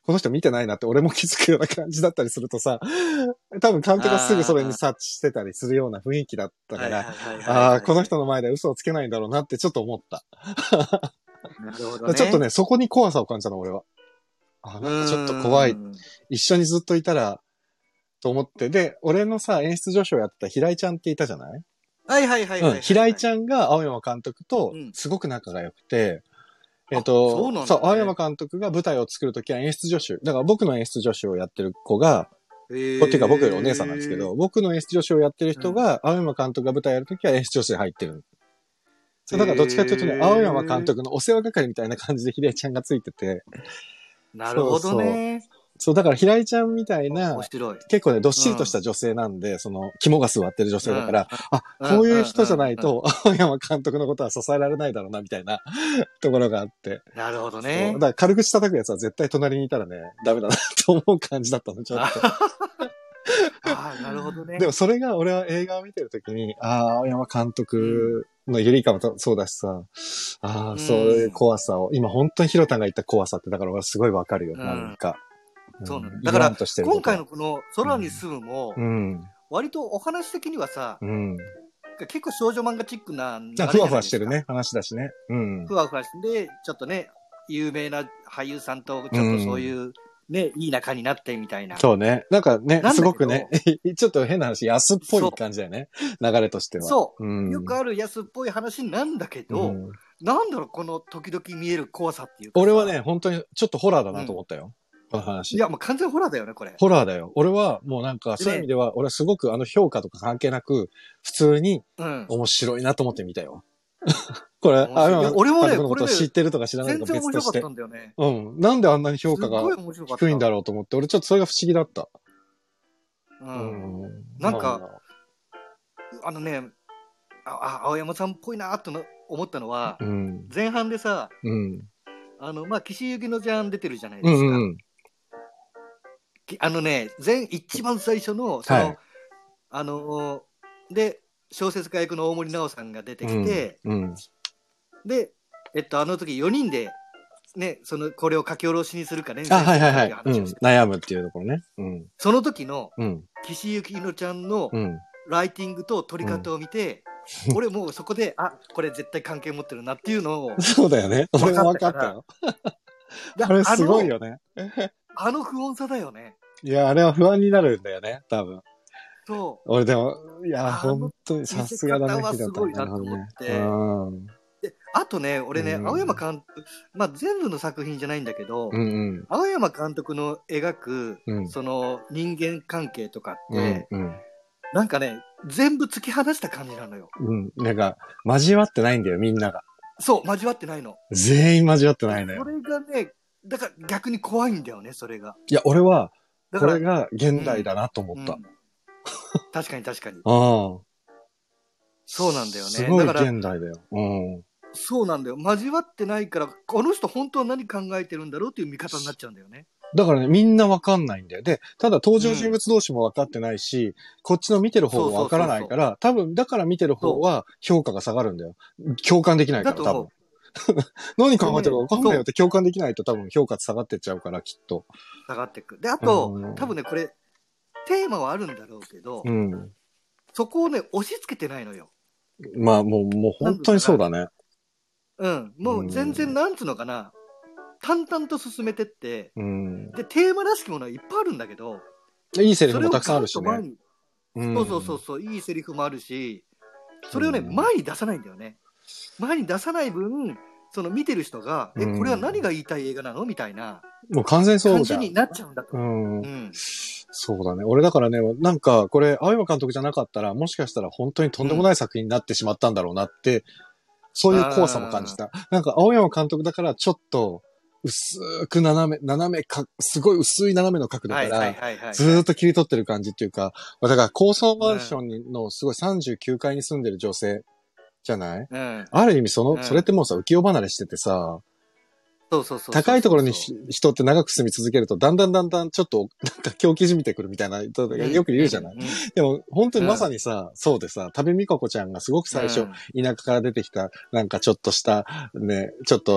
A: この人見てないなって俺も気づくような感じだったりするとさ、多分監督がすぐそれに察知してたりするような雰囲気だったから、ああ、この人の前で嘘をつけないんだろうなってちょっと思った。
B: なるほどね。
A: ちょっとね、そこに怖さを感じたの、俺は。あ、なんかちょっと怖い。一緒にずっといたら、と思って。で、俺のさ、演出助手をやってた平井ちゃんっていたじゃない？
B: はいはいはいはい、はい。
A: 平井ちゃんが青山監督とすごく仲が良くて、そう、青山監督が舞台を作るときは演出助手。だから僕の演出助手をやってる子が、っていうか僕よりお姉さんなんですけど、僕の演出助手をやってる人が、青山監督が舞台やるときは演出助手で入ってる。そう、だからどっちかというとね、青山監督のお世話係みたいな感じで平井ちゃんがついてて。
B: なるほどね。
A: そう、だから平井ちゃんみたいな、結構ね、どっしりとした女性なんで、肝が座ってる女性だから、こういう人じゃないと、青山監督のことは支えられないだろうな、みたいなところがあって。
B: なるほどね。
A: だから軽口叩くやつは絶対隣にいたらね、ダメだなと思う感じだったの、ちょっと。
B: なるほどね。
A: でもそれが俺は映画を見てるときに、青山監督のゆりかもそうだしさ、そういう怖さを、今本当にヒロタンが言った怖さって、だから俺はすごいわかるよ、なんか。
B: そうなんだ。だから、今回のこの空に住むも、割とお話的にはさ、結構少女漫画チックな、
A: ふわふわしてるね、話だしね。
B: ふわふわして、ちょっとね、有名な俳優さんと、ちょっとそういう、ね、いい仲になってみたいな。
A: そうね。なんかね、すごくね、ちょっと変な話、安っぽい感じだよね。流れとしては。
B: そう。よくある安っぽい話なんだけど、なんだろう、この時々見える怖さっていうか。
A: 俺はね、本当にちょっとホラーだなと思ったよ。この話。
B: いや、もう完全ホラーだよね、これ。
A: ホラーだよ。俺は、もうなんか、そういう意味では、俺はすごく評価とか関係なく、普通に、面白いなと思って見たよ。これ、
B: 俺もね、
A: これ知ってるとか知らないとか別として。
B: 全然面白かったんだよね。
A: なんであんなに評価が低いんだろうと思って、俺ちょっとそれが不思議だった。
B: なんか、青山さんっぽいなと思ったのは、前半でさ、岸由紀乃ちゃん出てるじゃないですか。一番最初の、で、小説家役の大森南朋さんが出てきて、で、あの時4人で、ね、これを書き下ろしにするかね、
A: 悩むっていうところね。
B: その時の、岸由紀乃ちゃんのライティングと撮り方を見て、俺もうそこで、これ絶対関係持ってるなっていうのを。
A: そうだよね。俺も分かったよ。あれすごいよね。
B: 不穏さだよね。
A: いや、あれは不安になるんだよね、多分。
B: そう。
A: 俺でも、いや、本当にさすがだね。
B: すごいなと思って。で、あとね、俺ね、青山監督、全部の作品じゃないんだけど、青山監督の描く、その人間関係とかって、なんかね、全部突き放した感じなのよ。
A: なんか、交わってないんだよ、みんなが。
B: そう、交わってないの。
A: 全員交わってないのよ。
B: それがね、だから逆に怖いんだよね、それが。
A: いや、俺は、これが現代だなと思った。
B: 確かに確かに。そうなんだよね。
A: すごい現代だよ。
B: そうなんだよ。交わってないから、この人本当は何考えてるんだろうっていう見方になっちゃうんだよね。
A: だからね、みんなわかんないんだよ。で、ただ登場人物同士もわかってないし、こっちの見てる方もわからないから、多分、だから見てる方は評価が下がるんだよ。共感できないから、多分。何考えてるかわかんないよって共感できないと多分評価下がってっちゃうから、きっと。
B: 下がっていく。で、あと、多分ね、これ、テーマはあるんだろうけど、そこをね、押し付けてないのよ。
A: もう本当にそうだね。
B: もう全然、なんつうのかな、淡々と進めてって、で、テーマらしきものはいっぱいあるんだけど、
A: いいセリフもたくさんあるしね。
B: そう、いいセリフもあるし、それをね、前に出さないんだよね。前に出さない分、その見てる人が、これは何が言いたい映画なのみたいな。
A: もう完全そうじゃん。
B: 感じになっちゃうんだと。
A: そうだね。俺だからね、なんか、これ、青山監督じゃなかったら、もしかしたら本当にとんでもない作品になってしまったんだろうなって、そういう怖さも感じた。なんか、青山監督だからちょっと、薄く斜めすごい薄い斜めの角度から、ずーっと切り取ってる感じっていうか、だから高層マンションのすごい39階に住んでる女性じゃない？ある意味それってもうさ、浮世離れしててさ、高いところに人って長く住み続けると、だんだんちょっと、なんか狂気じみてくるみたいな、よく言うじゃない？でも、本当にまさにさ、そうでさ、多部未華子ちゃんがすごく最初、田舎から出てきた、なんかちょっとした、ね、ちょっと、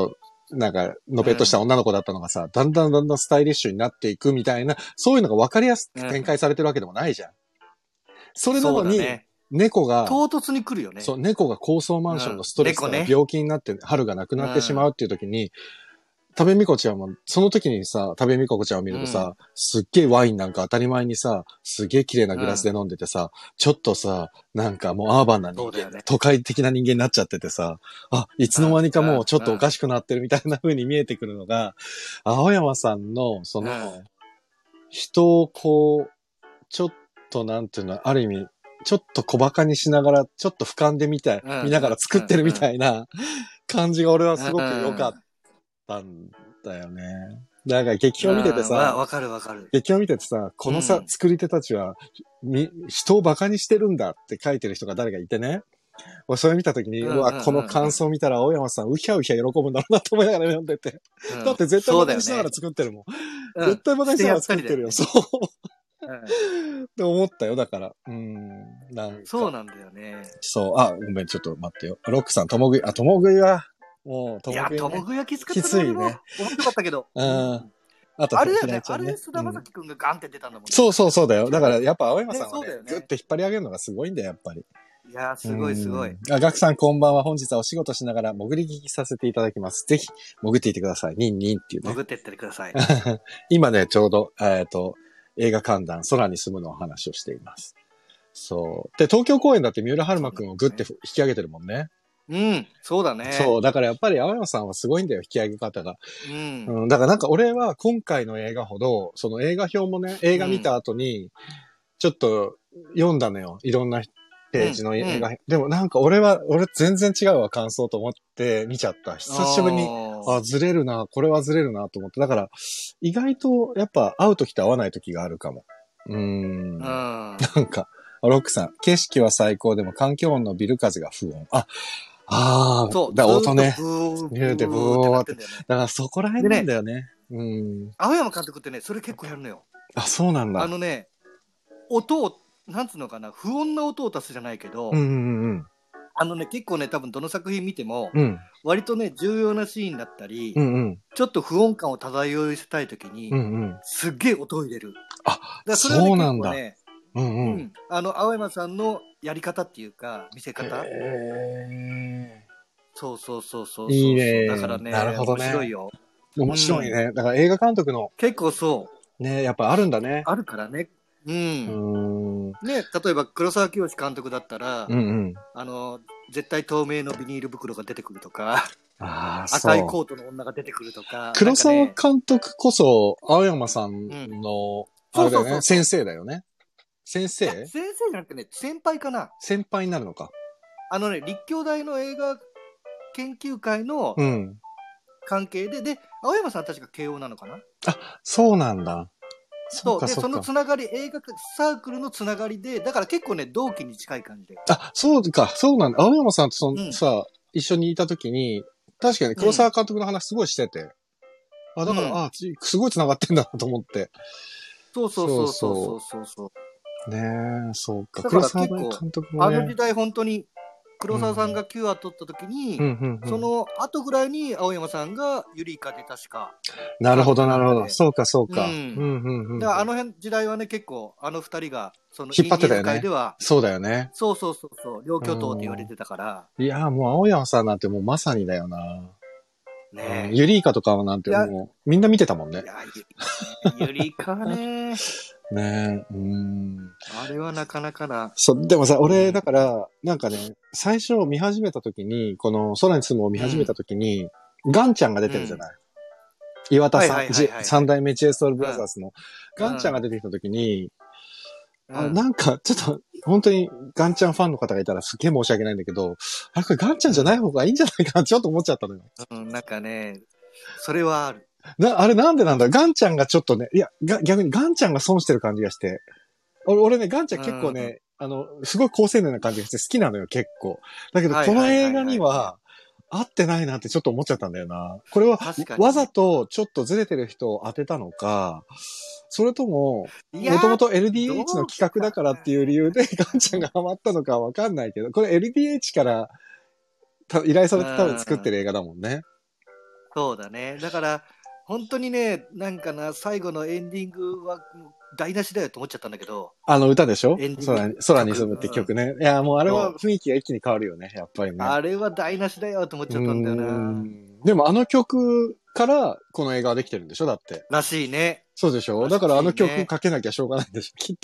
A: なんか、のぺっとした女の子だったのがさ、だんだんスタイリッシュになっていくみたいな、そういうのが分かりやすく展開されてるわけでもないじゃん。それなのに、ね、猫が、
B: 唐突に来るよね。
A: そう、猫が高層マンションのストレスから病気になって、春がなくなってしまうっていう時に、多部未華子ちゃんも、その時にさ、多部未華子ちゃんを見るとさ、すっげえワインなんか当たり前にさ、すげえ綺麗なグラスで飲んでてさ、ちょっとさ、なんかもうアーバンな人間、都会的な人間になっちゃっててさ、あ、いつの間にかもうちょっとおかしくなってるみたいな風に見えてくるのが、青山さんの、その、人をこう、ちょっとなんていうの、ある意味、ちょっと小馬鹿にしながら、ちょっと俯瞰で見ながら作ってるみたいな感じが俺はすごく良かったんだよね。だから劇を見ててさ、
B: わかるわかる。
A: 劇を見ててさ、このさ、作り手たちは、人を馬鹿にしてるんだって書いてる人が誰かいてね。俺それ見たときに、うわ、この感想見たら青山さん、うひゃうひゃ喜ぶんだろうなと思いながら読んでて。だって絶対馬鹿にしながら作ってるもん。絶対馬鹿にしながら作ってるよ。そう。って思ったよ、だから。なんか。
B: そうなんだよね。
A: そう。あ、ごめん、ちょっと待ってよ。ロックさん、ともぐいは、もう、
B: いや、ともぐやきつかった
A: きついね。
B: 面白かったけど。
A: あと、
B: あれだよね。あれ、菅田将暉くんがガンって出たんだもんね。
A: そうだよ。だから、やっぱ青山さんはね、ずっと引っ張り上げるのがすごいんだよ、やっぱり。
B: いや、すごいすごい。
A: ガクさんこんばんは。本日はお仕事しながら潜り聞きさせていただきます。ぜひ、潜っていてください。ニンニンっていうね。
B: 潜っていってください。
A: 今ね、ちょうど、映画観覧、空に住むのお話をしています。そう。で、東京公演だって三浦春馬くんをグッて引き上げてるもんね。
B: そうだね。
A: そう。だからやっぱり青山さんはすごいんだよ、引き上げ方が。だからなんか俺は今回の映画ほど、その映画表もね、映画見た後に、ちょっと読んだのよ。いろんなページの映画。でもなんか俺全然違うわ、感想と思って見ちゃった。久しぶりに、ずれるな、これはずれるなと思って。だから、意外とやっぱ会う時と会わない時があるかも。なんか、ロックさん、景色は最高でも環境音のビル風が不穏。そう。だから音ね。見るてブーって。だからそこら辺なんだよね。
B: 青山監督ってね、それ結構やるのよ。
A: あ、そうなんだ。
B: 音を、なんつうのかな、不穏な音を足すじゃないけど、結構ね、多分どの作品見ても、割とね、重要なシーンだったり、ちょっと不穏感を漂わせたいときに、すっげえ音を入れる。
A: そうなんだ。
B: 青山さんのやり方っていうか、見せ方。そう。
A: いいね。
B: だからね、
A: なるほどね。
B: 面白いよ。
A: 面白いね。だから映画監督の。
B: 結構そう。
A: ね、やっぱあるんだね。
B: あるからね。ね、例えば黒沢清監督だったら、絶対透明のビニール袋が出てくるとか、赤いコートの女が出てくるとか。
A: 黒沢監督こそ、青山さんの、あれだよね、先生だよね。先生
B: じゃなくてね、先輩かな。
A: 先輩になるのか。
B: 立教大の映画研究会の関係で、青山さん確か慶応なのかな。
A: そうなんだ。
B: そうで、そのつながり、映画サークルのつながりで、だから結構ね、同期に近い感じで。
A: そうか、そうなんだ。青山さんとさ、一緒にいたときに、確かに黒沢監督の話すごいしてて。だから、すごいつながってんだなと思って。そう。ねえ、そうか。
B: 黒沢監督もね。時代本当に、黒沢さんが9話取った時に、その後ぐらいに青山さんがユリイカで確か。
A: なるほど。そうか。
B: だからあの辺時代はね、結構あの二人が、その
A: 引っ張ってたよね。そうだよね。
B: そう。両巨頭って言われてたから。
A: いや、もう青山さんなんてもうまさにだよな。ね、ユリイカとかはなんてもうみんな見てたもんね。
B: ユリイカはね。
A: ね
B: あれはなかなかな。
A: でもさ、俺、だから、なんかね、最初見始めた時に、この空に住むを見始めた時に、ガンちゃんが出てるじゃない。岩田さん、三代目 j ソ o ルブラザーズの、ガンちゃんが出てきた時に、なんか、ちょっと、本当にガンちゃんファンの方がいたらすげえ申し訳ないんだけど、これガンちゃんじゃない方がいいんじゃないかなちょっと思っちゃったのよ。
B: なんかね、それはある。
A: あれなんでなんだガンちゃんがちょっとね、いや、逆にガンちゃんが損してる感じがして。俺ね、ガンちゃん結構ね、すごい高青年な感じがして好きなのよ、結構。だけど、この映画には、合ってないなってちょっと思っちゃったんだよな。これは、わざとちょっとずれてる人を当てたのか、それとも、もともと LDH の企画だからっていう理由でガンちゃんがハマったのかわかんないけど、これ LDH から依頼されて多分作ってる映画だもんね。
B: そうだね。だから、本当にね、なんかな、最後のエンディングは台無しだよと思っちゃったんだけど、
A: 歌でしょ？
B: エンディング
A: 空に住むって曲ね。いや、もうあれは雰囲気が一気に変わるよね、やっぱりね。
B: あれは台無しだよと思っちゃったんだよな。
A: でもあの曲からこの映画はできてるんでしょ？だって。
B: らしいね。
A: そうでしょ？だからあの曲かけなきゃしょうがないんでしょ、きっと。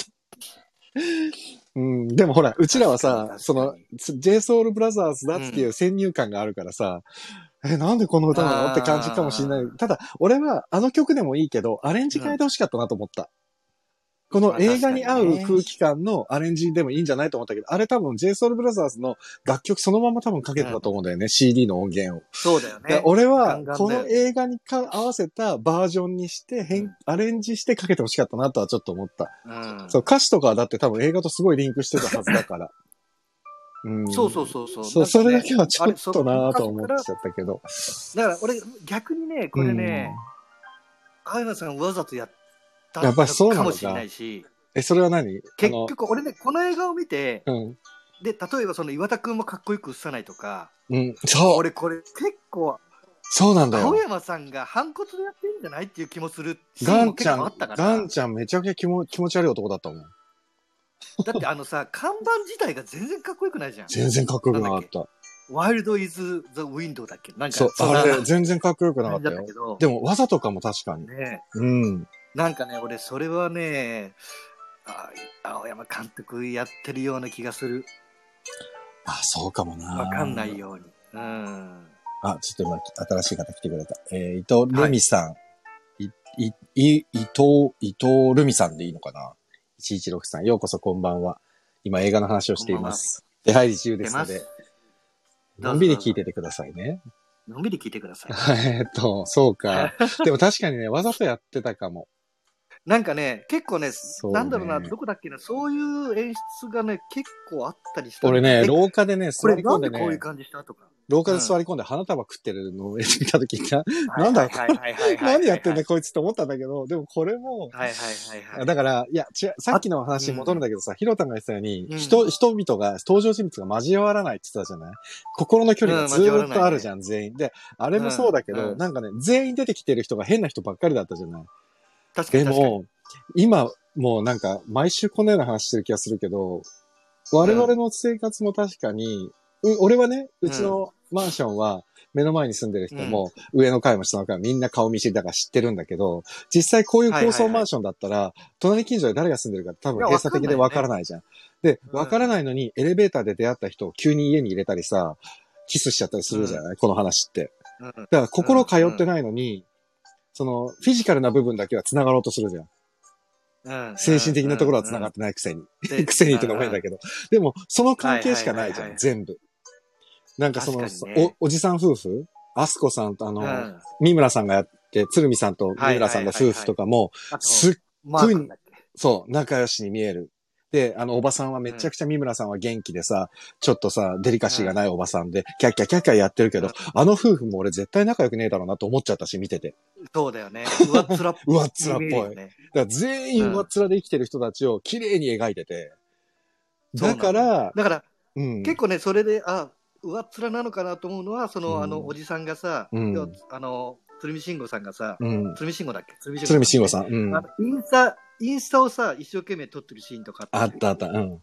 A: でもほら、うちらはさ、JSOULBROTHERS だっていう先入観があるからさ、なんでこの歌なのって感じかもしれない。ただ、俺はあの曲でもいいけど、アレンジ変えてほしかったなと思った。この映画に合う空気感のアレンジでもいいんじゃないと思ったけど、あれ多分 JSOULBROTHERS の楽曲そのまま多分かけてたと思うんだよね、CD の音源を。
B: そうだよね。
A: 俺は、この映画に合わせたバージョンにして、アレンジしてかけてほしかったなとはちょっと思った。そう、歌詞とかはだって多分映画とすごいリンクしてたはずだから。
B: そう。
A: そう、それだけはちょっとなぁと思っちゃったけど。
B: だから俺、逆にね、これね、青山さんわざとやった
A: やっぱりそうなのか
B: もしれないし。
A: それは何？
B: 結局、俺ね、この映画を見て、で、例えばその岩田くんもかっこよく映さないとか、
A: そう。
B: 俺これ結構、
A: そうなんだよ。
B: 青山さんが反骨でやってるんじゃないっていう気もするシ
A: ー
B: ンも結構あったから。
A: ガンちゃんめちゃくちゃ気持ち悪い男だったもん。
B: だって看板自体が全然かっこよくないじゃん。
A: 全然かっこよくなかった。
B: ワイルドイズ・ザ・ウィンドウだっけ？なんか
A: そう、あれ全然かっこよくなかったよ。でも技とかも確かに。
B: ね。なんかね、俺それはね、青山監督やってるような気がする。
A: そうかもな。
B: わかんないように。
A: ちょっと今、新しい方来てくれた。伊藤ルミさん。伊藤ルミさんでいいのかな？ 1163 さん、ようこそこんばんは。今映画の話をしています。出入り自由ですので、のんびり聞いててくださいね。
B: のんびり聞いてください。
A: そうか。でも確かにね、わざとやってたかも。
B: なんかね、結構ね、なんだろうな、どこだっけな、そういう演出がね、結構あったりした。
A: 俺ね、廊下でね、座り込んでね、
B: こういう感じしたとか。
A: 廊下で座り込んで花束食ってるのを見たときに、なんだ何やってんだこいつって思ったんだけど、でもこれも、だから、いや、違う、さっきの話に戻るんだけどさ、ヒロタが言ってたように、人々が、登場人物が交わらないって言ってたじゃない？心の距離がずーっとあるじゃん、全員。で、あれもそうだけど、なんかね、全員出てきてる人が変な人ばっかりだったじゃない？
B: 確かに。
A: でも、今、もうなんか、毎週このような話してる気がするけど、我々の生活も確かに、俺はね、うちのマンションは、目の前に住んでる人も、上の階も下の階もみんな顔見知りだから知ってるんだけど、実際こういう高層マンションだったら、隣近所で誰が住んでるか多分閉鎖的でわからないじゃん。で、わからないのに、エレベーターで出会った人を急に家に入れたりさ、キスしちゃったりするじゃない？この話って。だから心通ってないのに、その、フィジカルな部分だけは繋がろうとするじゃん。精神的なところは繋がってないくせに。くせにってのも変だけど。でも、その関係しかないじゃん、全部。なんかその、おじさん夫婦アスコさんと三村さんがやって、鶴見さんと三村さんの夫婦とかも、すっごい、そう、仲良しに見える。で、おばさんはめちゃくちゃ三村さんは元気でさ、ちょっとさ、デリカシーがないおばさんで、キャッキャキャッキャやってるけど、あの夫婦も俺絶対仲良くねえだろうなと思っちゃったし、見てて。
B: そうだよね。上っ面っぽい。
A: 上っ面っぽい。だから全員上っ面で生きてる人たちを綺麗に描いてて。だから、
B: 結構ね、それで、上っ面なのかなと思うのは、その、おじさんがさ、鶴見慎吾さんがさ、鶴見慎吾だっけ？
A: 鶴見慎吾さん。
B: インスタをさ、一生懸命撮ってるシーンとか
A: あった。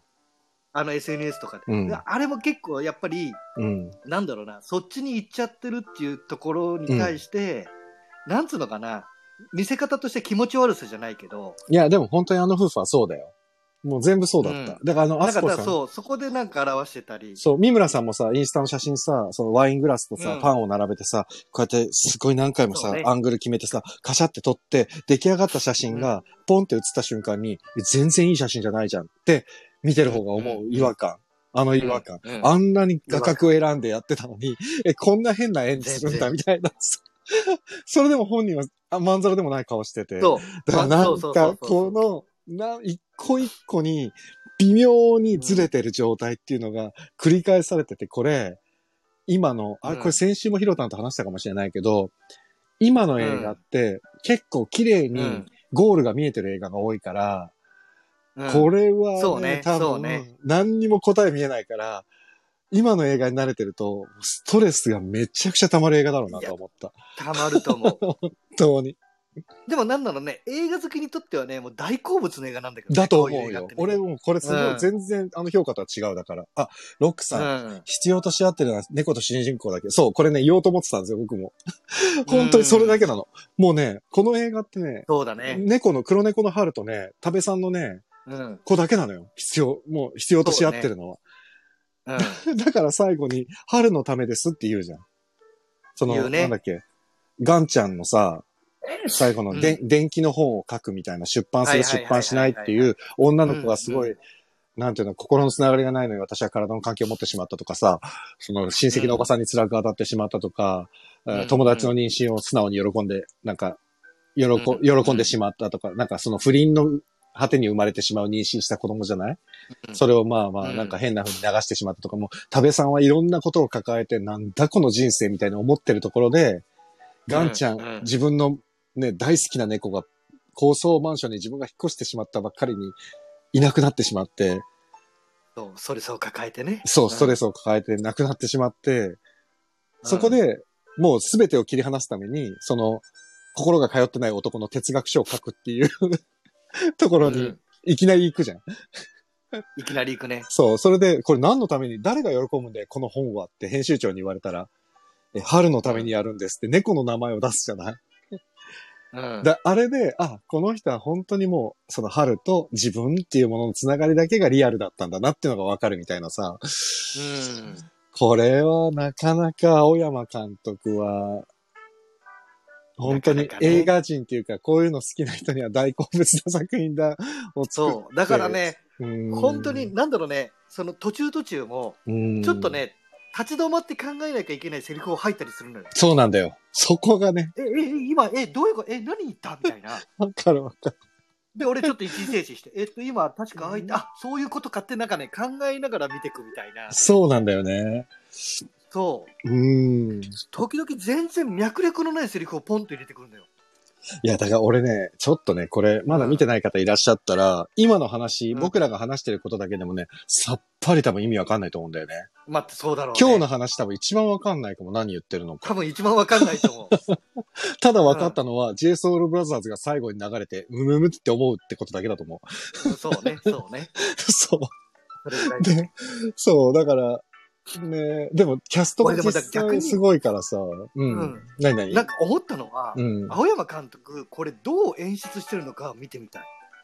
B: SNS とかで。あれも結構やっぱり、なんだろうな、そっちに行っちゃってるっていうところに対して、なんつうのかな、見せ方として気持ち悪さじゃないけど。
A: いや、でも本当にあの夫婦はそうだよ。もう全部そうだった。だからアスコさん。
B: そこでなんか表してたり。
A: そう、三村さんもさ、インスタの写真さ、そのワイングラスとさ、パンを並べてさ、こうやってすごい何回もさ、アングル決めてさ、カシャって撮って、出来上がった写真が、ポンって写った瞬間に、全然いい写真じゃないじゃんって、見てる方が思う違和感。違和感。あんなに画角を選んでやってたのに、こんな変な演じするんだみたいな。それでも本人は、まんざらでもない顔してて。だからなんか、この、一個一個に、微妙にずれてる状態っていうのが繰り返されてて、これ、今の、これ先週もヒロタンと話したかもしれないけど、今の映画って結構綺麗にゴールが見えてる映画が多いから、これはね、多分、何にも答え見えないから、 今の映画に慣れてると、ストレスがめちゃくちゃ溜まる映画だろうなと思った。
B: 溜まると思う。
A: 本当に。
B: でもなんだろうね、映画好きにとってはね、もう大好物の映画なんだけどね。
A: だと思うよ。
B: ね、
A: 俺もこれすごい、全然評価とは違うだから。あ、ロックさん、必要とし合ってるのは猫と主人公だけど、そう、これね、言おうと思ってたんですよ、僕も。本当にそれだけなの。もうね、この映画ってね、
B: そうだね。
A: 黒猫の春とね、多部さんのね、子だけなのよ。もう必要とし合ってるのは。だから最後に、春のためですって言うじゃん。なんだっけ、ガンちゃんのさ、最後の電気の本を書くみたいな、出版する出版しないっていう女の子がすごい、なんていうの、心のつながりがないのに私は体の関係を持ってしまったとかさ、その親戚のおばさんに辛く当たってしまったとか、友達の妊娠を素直に喜んで、なんか、喜んでしまったとか、なんかその不倫の果てに生まれてしまう妊娠した子供じゃない、それをなんか変な風に流してしまったとかも、多部さんはいろんなことを抱えて、なんだこの人生みたいに思ってるところで、ガンちゃん、自分のね、大好きな猫が高層マンションに自分が引っ越してしまったばっかりにいなくなってしまって、
B: そう、ストレスを抱えてね。
A: そう、ストレスを抱えて亡くなってしまって、そこでもう全てを切り離すために、その心が通ってない男の哲学書を書くっていうところにいきなり行くじゃん。
B: いきなり行くね。
A: そう、それでこれ何のために誰が喜ぶんだよこの本はって編集長に言われたら、春のためにやるんですって猫の名前を出すじゃない。あれで、この人は本当にもう、その春と自分っていうもののつながりだけがリアルだったんだなっていうのがわかるみたいなさ。これはなかなか青山監督は、本当に映画人っていうか、こういうの好きな人には大好物な作品だを作って。
B: そう。だからね、本当に、なんだろうね、その途中も、ちょっとね、立ち止まって考えなきゃいけないセリフを吐いたりするのよ。
A: そうなんだよ。そこがね。
B: 今、どういうこと、何言ったみたいな。
A: わかる。
B: で、俺ちょっと一時停止して、今、確かそういうことかってなんかね、考えながら見てくみたいな。
A: そうなんだよね。
B: そう。時々全然脈絡のないセリフをポンと入れてくるんだよ。
A: いや、だから俺ね、ちょっとね、これ、まだ見てない方いらっしゃったら、今の話、僕らが話してることだけでもね、さっぱり多分意味わかんないと思うんだよね。
B: そうだろうね。
A: 今日の話多分一番わかんないかも、何言ってるのか。
B: 多分一番わかんないと思う。
A: ただわかったのは、JSOULBROTHERS が最後に流れて、ムムムって思うってことだけだと思う。
B: そうね。そう。
A: で、そう、だから、ね、でも、キャストが実際すごいからさ、何
B: なんか思ったのは、青山監督、これどう演出してるのか見てみたい。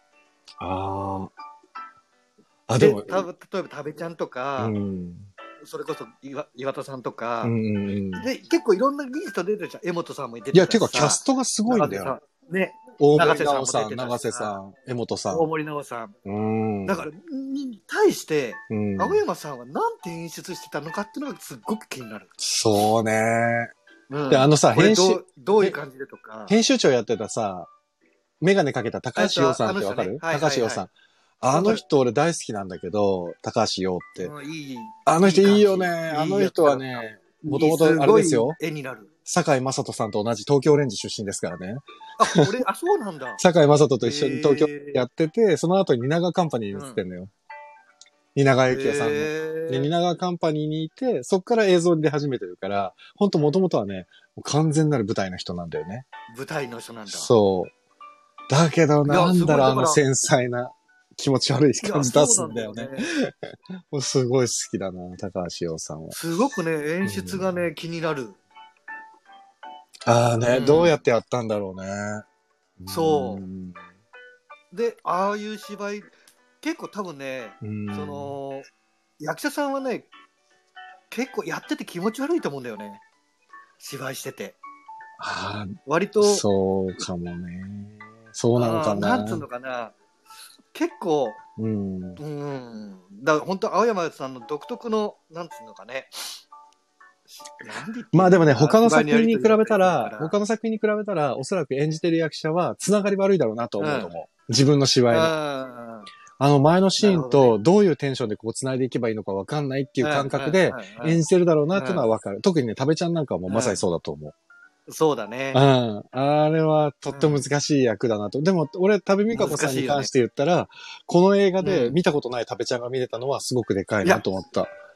B: でも、例えば、多部ちゃんとか、それこそ岩田さんとか、で、結構いろんな技術と出てるじゃん。江本さんも出てるし。
A: いや、てかキャストがすごいんだよ。
B: ね。
A: 大森直さん、永瀬さん、江本さん。
B: 大森直さん。だから、に対して、青山さんはなんて演出してたのかっていうのがすっごく気になる。
A: そうね。で、さ、
B: どういう感じでとか。
A: 編集長やってたさ、メガネかけた高橋洋さんってわかる？高橋洋さん。あの人俺大好きなんだけど、高橋洋って。あの人いいよね。あの人はね、もともとあれですよ。
B: 絵になる。
A: 堺雅人さんと同じ東京オレンジ出身ですからね。
B: そうなんだ。
A: 堺雅人と一緒に東京やってて、その後に蜷川カンパニーに移ってんのよ。蜷川幸恵さんの。で、蜷川カンパニーにいて、そっから映像に出始めてるから、ほんともともとはね、完全なる舞台の人なんだよね。
B: 舞台の人なんだ。
A: そう。だけど、なんだろう、あの繊細な気持ち悪い感じ出すんだよね。もうすごい好きだな、高橋洋さんは。
B: すごくね、演出がね、気になる。
A: どうやってやったんだろうね。
B: そう。で、ああいう芝居、結構多分ね、その、役者さんはね、結構やってて気持ち悪いと思うんだよね。芝居してて。割と。
A: そうかもね。そうなのかな。
B: なんつうのかな。結構、だから本当青山さんの独特の、なんつうのかね。
A: まあでもね、他の作品に比べたら、おそらく演じてる役者は、つながり悪いだろうなと思うと思う。自分の芝居の。前のシーンとどういうテンションでこう繋いでいけばいいのか分かんないっていう感覚で演じてるだろうなっていうのは分かる。特にね、多部ちゃんなんかはもうまさにそうだと思う。
B: そうだね。
A: あれはとっても難しい役だなと。でも俺、多部未華子さんに関して言ったら、この映画で見たことない多部ちゃんが見れたのはすごくでかいなと思った。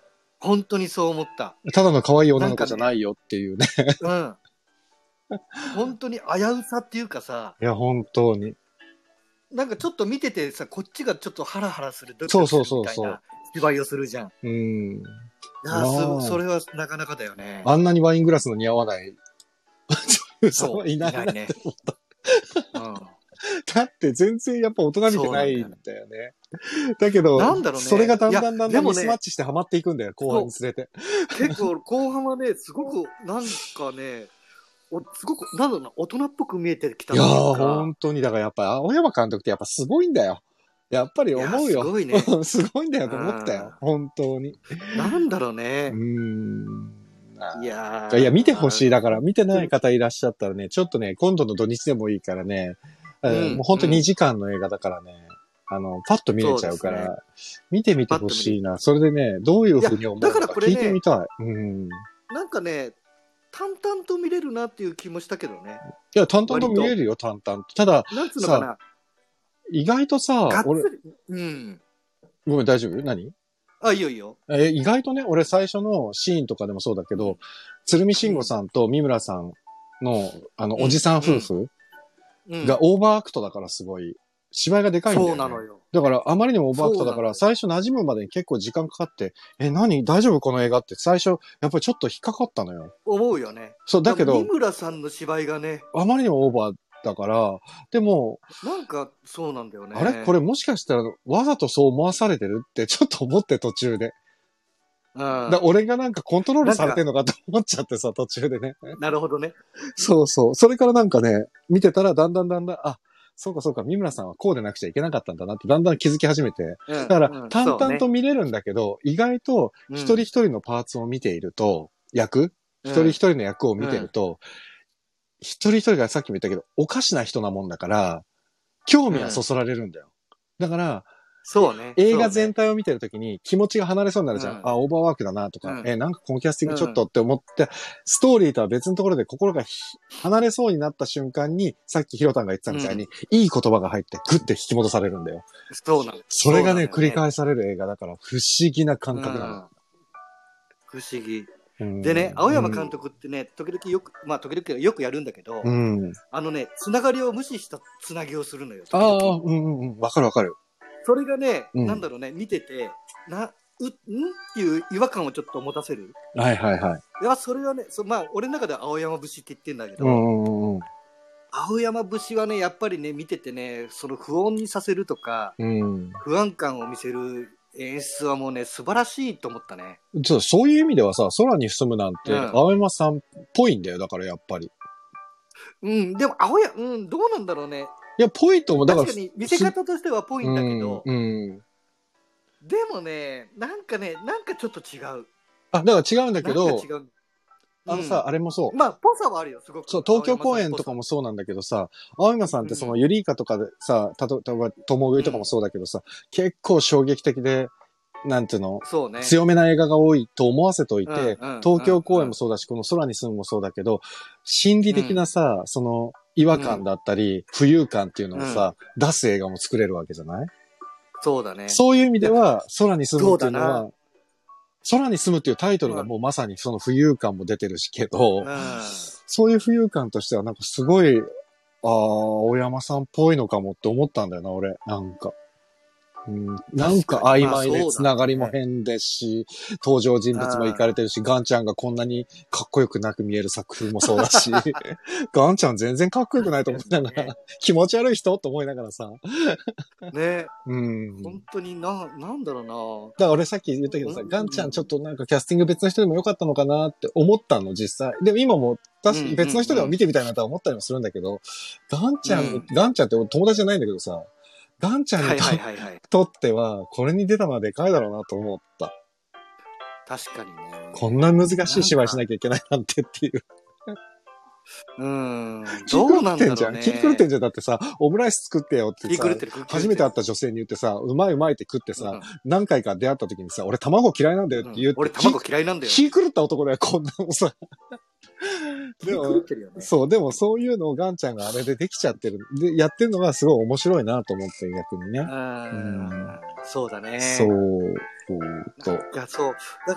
B: 本当にそう思った。
A: ただの可愛い女の子じゃないよっていうね。
B: うん。本当に危うさっていうかさ。
A: いや、本当に。
B: なんかちょっと見ててさ、こっちがちょっとハラハラする、ド
A: キド
B: キするみたい
A: そう
B: な芝居をするじゃん。いや、それはなかなかだよね。
A: あんなにワイングラスの似合わない
B: そう、いないね。
A: うん。だって全然やっぱ大人びてないんだよね。だけど、
B: なんだろうね、
A: それがだんだんミスマッチしてハマっていくんだよ、後半につれて。
B: 結構後半はね、すごくなんかね、すごく、なんだろうな、大人っぽく見えてきた
A: いやー、本当に。だからやっぱ、青山監督ってやっぱすごいんだよ。やっぱり思うよ。
B: すごいね。
A: すごいんだよと思ったよ。本当に。
B: なんだろうね。
A: いや、見てほしい。だから、見てない方いらっしゃったらね、ちょっとね、今度の土日でもいいからね、もう本当に2時間の映画だからね、パッと見れちゃうから、見てみてほしいな。それでね、どういうふうに思うのか聞いてみたい。
B: なんかね、淡々と見れるなっていう気もしたけどね。
A: いや、淡々と見れるよ、淡々と。ただ、
B: なんつうのかな。
A: 意外とさ、
B: 俺、
A: ごめん、大丈夫？何？
B: あ、いいよいいよ。
A: 意外とね、俺最初のシーンとかでもそうだけど、鶴見慎吾さんと三村さんの、おじさん夫婦がオーバーアクトだからすごい、芝居がでかいんだよね。
B: そうなのよ。
A: だから、あまりにもオーバーアクトだから、最初馴染むまでに結構時間かかって、何大丈夫この映画って最初、やっぱりちょっと引っかかったのよ。
B: 思うよね。
A: そう、だけど、
B: 三村さんの芝居がね、
A: あまりにもオーバーだから、でも、
B: なんか、そうなんだよね。
A: あれこれもしかしたら、わざとそう思わされてるってちょっと思って途中で。俺がなんかコントロールされてんのかと思っちゃってさ、途中でね。
B: なるほどね。
A: そうそう。それからなんかね、見てたらだんだん、あ、そうかそうか、三村さんはこうでなくちゃいけなかったんだなってだんだん気づき始めて。だから、淡々と見れるんだけど、意外と一人一人のパーツを見ていると、一人一人の役を見てると、一人一人がさっきも言ったけど、おかしな人なもんだから、興味はそそられるんだよ。だから、
B: そうね。
A: 映画全体を見てるときに気持ちが離れそうになるじゃん。あ、オーバーワークだなとか、なんかこのキャスティングちょっとって思って、ストーリーとは別のところで心が離れそうになった瞬間に、さっきヒロタンが言ってたみたいに、いい言葉が入ってグッて引き戻されるんだよ。
B: そうなの。
A: それがね、繰り返される映画だから不思議な感覚なの。
B: 不思議。でね、青山監督ってね、時々よくやるんだけど、つながりを無視したつなぎをするのよ。
A: わかるわかる。
B: それがね、なんだろうね、見てて、っていう違和感をちょっと持たせる。
A: はいはいはい。
B: いや、それはね、俺の中では青山節って言ってんだけど、青山節はね、やっぱりね、見ててね、その不穏にさせるとか、不安感を見せる演出はもうね、素晴らしいと思ったね。
A: そういう意味ではさ、空に進むなんて、青山さんっぽいんだよ、だからやっぱり。
B: でもどうなんだろうね。
A: いや、ぽいと思う。だから
B: 確かに見せ方としてはぽいんだけど、でもね、なんかちょっと違う。
A: だから違うんだけど、あれもそう。
B: まあ、ぽさはあるよ、すごく。
A: そう、東京公演とかもそうなんだけどさ、青山さんってそのユリイカとかでさ、例えば、共食いとかもそうだけどさ、結構衝撃的で、なんていうの、強めな映画が多いと思わせといて、東京公演もそうだし、この空に住むもそうだけど、心理的なさ、その違和感だったり、浮遊感っていうのをさ、出す映画も作れるわけじゃない？
B: そうだね。
A: そういう意味では、空に住むっていうのは、空に住むっていうタイトルがもうまさにその浮遊感も出てるしけど、そういう浮遊感としてはなんかすごい、青山さんっぽいのかもって思ったんだよな、俺。なんか。なんか曖昧でつながりも変ですし、登場人物もイかれてるし、ガンちゃんがこんなにかっこよくなく見える作風もそうだし、ガンちゃん全然かっこよくないと思いながら、気持ち悪い人と思いながらさ。
B: ね。本当になんだろうな。
A: だから俺さっき言ったけどさ、ガンちゃんちょっとなんかキャスティング別の人でもよかったのかなって思ったの、実際。でも今も別の人でも見てみたいなとは思ったりもするんだけど、ガンちゃんって友達じゃないんだけどさ、ガンちゃんにとっては、これに出たのはでかいだろうなと思った。
B: 確かにね。
A: こんな難しい芝居しなきゃいけないなんてっていう。
B: どうなんだろうね。
A: 気狂ってんじゃん。だってさ、オムライス作ってよってさ、初めて会った女性に言ってさ、うまいうまいって食ってさ、何回か出会った時にさ、俺卵嫌いなんだよって言って。
B: 俺卵嫌いなんだよ。
A: 気狂った男だよ、こんなのさ。 でも、そう、でもそういうのをガンちゃんがあれでできちゃってる。で、やってるのがすごい面白いなと思って、逆にね。
B: そうだね。
A: そう。
B: そう。だから、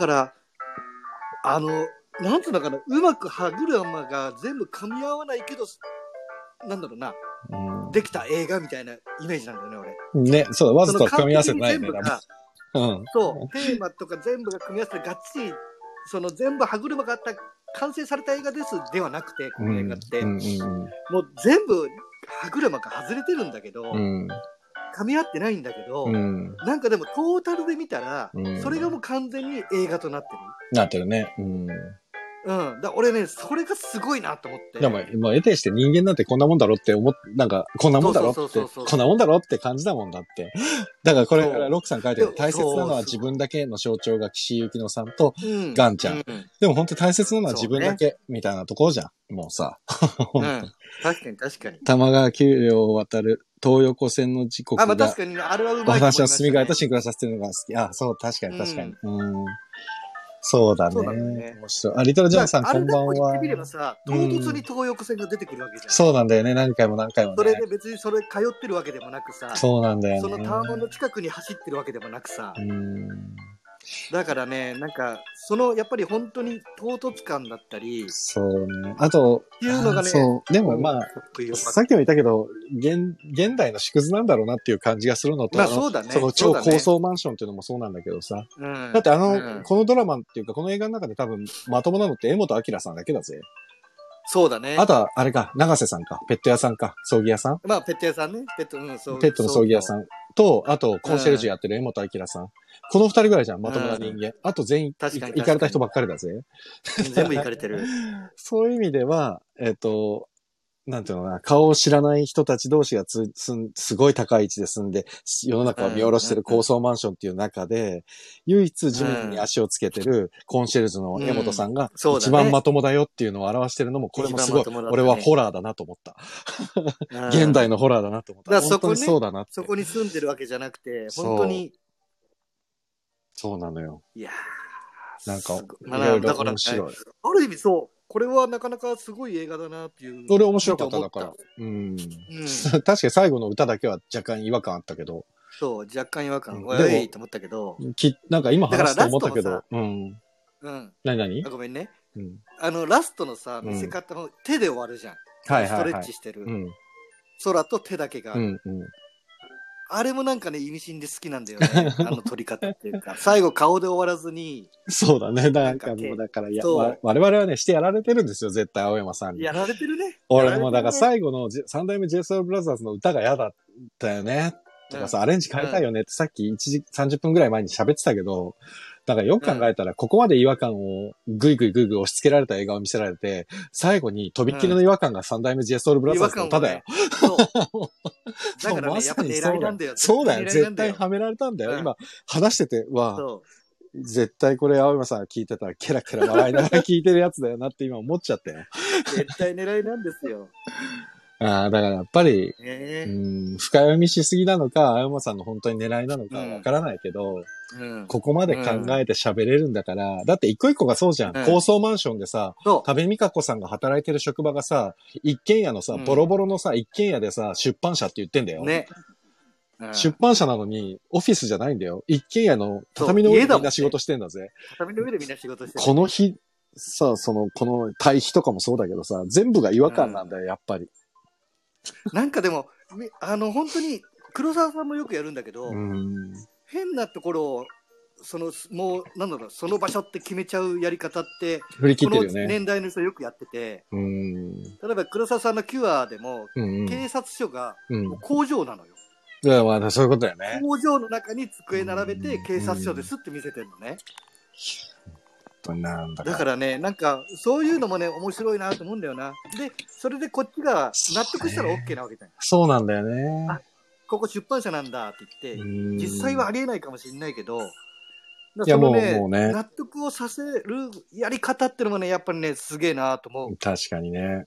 B: なんつうのかな、うまく歯車が全部噛み合わないけど、なんだろうな、できた映画みたいなイメージなんだよね、俺。
A: ね、そうだ、わざと噛み合わせてないね。
B: そう、テーマとか全部が組み合わせてがっちり、全部歯車があった完成された映画ですではなくて、この映画って、もう全部歯車が外れてるんだけど、噛み合ってないんだけど、なんかでもトータルで見たら、それがもう完全に映画となってる。
A: なってるね。
B: だ俺ね、それがすごいなと思って。
A: でも、得てして人間なんてこんなもんだろってなんか、こんなもんだろって、こんなもんだろって感じだもんだって。だからこれ、ロックさん書いてる大切なのは自分だけの象徴が岸井ゆきのさんとガンちゃん。でも本当に大切なのは自分だけみたいなところじゃん。もうさ。
B: 確かに確かに。
A: 玉川丘陵を渡る東横線の時刻が。
B: 確かにね、あれはうまいと思いましたね。
A: 私は隅替えとシンクロさせてるのが好き。そう、確かに確かに。そうだね。面白い。リトルジョンさんこんばんは。
B: 言ってみればさ、唐突に東横線が出てくるわけじゃん。
A: そうなんだよね。何回も何回もね。
B: それで別にそれ通ってるわけでもなくさ。
A: そうなんだよね。
B: そのターンの近くに走ってるわけでもなくさ。だからね、なんか、やっぱり本当に唐突感だったり。
A: そうね。あと、
B: っていうのがね。
A: そう。でもまあ、さっきも言ったけど、現代の縮図なんだろうなっていう感じがするのと、
B: そうだね。
A: その超高層マンションっていうのもそうなんだけどさ。だってこのドラマっていうか、この映画の中で多分まともなのって江本明さんだけだぜ。
B: そうだね。
A: あとは、あれか、長瀬さんか、ペット屋さんか、葬儀屋さん。
B: ペット屋さんね。ペット
A: の葬儀屋さんと、あと、コンシェルジュやってる江本明さん。この二人ぐらいじゃん、まともな人間。あと全員、行かれた人ばっかりだぜ。
B: 全部行かれてる。
A: そういう意味では、なんていうのかな、顔を知らない人たち同士がすごい高い位置で住んで、世の中を見下ろしてる高層マンションっていう中で、唯一地面に足をつけてるコンシェルジュの江本さんが一番まともだよっていうのを表してるのも、これもすごい、俺はホラーだなと思った。現代のホラーだなと思った。本当にそうだなって。
B: そこに住んでるわけじゃなくて、本当に。
A: そうなのよ。
B: いや
A: ー。なんか、いろいろ面白い。
B: ある意味そう。これはなかなかすごい映画だなっていう。
A: 俺面白かっただから。確かに最後の歌だけは若干違和感あったけど。
B: そう、若干違和感。いいと思ったけど。
A: なんか今話して思ったけど。何
B: ごめんね。ラストのさ、見せ方も手で終わるじゃん。ストレッチしてる。空と手だけが。あれもなんかね、意味深で好きなんだよね。撮り方っていうか。最後顔で終わらずに。
A: そうだね。なんかもうだから、我々はね、してやられてるんですよ、絶対、青山さんに。
B: やられてるね。
A: 俺もだから最後の三代目 JSOULBROTHERS の歌が嫌だったよね。とかさ、アレンジ変えたいよねってさっき30分ぐらい前に喋ってたけど、だからよく考えたら、ここまで違和感をぐいぐい押し付けられた映画を見せられて、最後にとびっきりの違和感が三代目 JSOULBROTHERS の歌だよ。
B: だからね、やっぱ狙いなんだよ。
A: そうだよ。絶対はめられたんだよ。今、話してて、絶対これ青山さんが聞いてたらケラケラ笑いながら聞いてるやつだよなって今思っちゃったよ。
B: 絶対狙いなんですよ。
A: だからやっぱり、深読みしすぎなのか、青山さんの本当に狙いなのかわからないけど、ここまで考えて喋れるんだから、だって一個一個がそうじゃん。高層マンションでさ、多部未華子さんが働いてる職場がさ、一軒家のさ、ボロボロのさ、一軒家でさ、出版社って言ってんだよ。
B: ね。
A: 出版社なのに、オフィスじゃないんだよ。一軒家の畳の上でみんな仕事してんだぜ。
B: 畳の上でみんな仕事してる。
A: この日、さ、この対比とかもそうだけどさ、全部が違和感なんだよ、やっぱり。
B: なんかでも、本当に、黒沢さんもよくやるんだけど、変なところを、もう、なんだろう、その場所って決めちゃうやり方って、
A: 振り切ってるよね。
B: この年代の人よくやってて、例えば黒沢さんのキュアでも、警察署が工場なのよ。
A: まあ、そういうことだよね。
B: 工場の中に机並べて、警察署ですって見せてるのね。だからね、なんか、そういうのもね、面白いなと思うんだよな。で、それでこっちが納得したら OK なわけじゃん。
A: そうなんだよね。
B: ここ出版社なんだって言って、実際はありえないかもしれないけど、いやもうね、納得をさせるやり方ってのもね、やっぱりね、すげえなと思う。
A: 確かにね。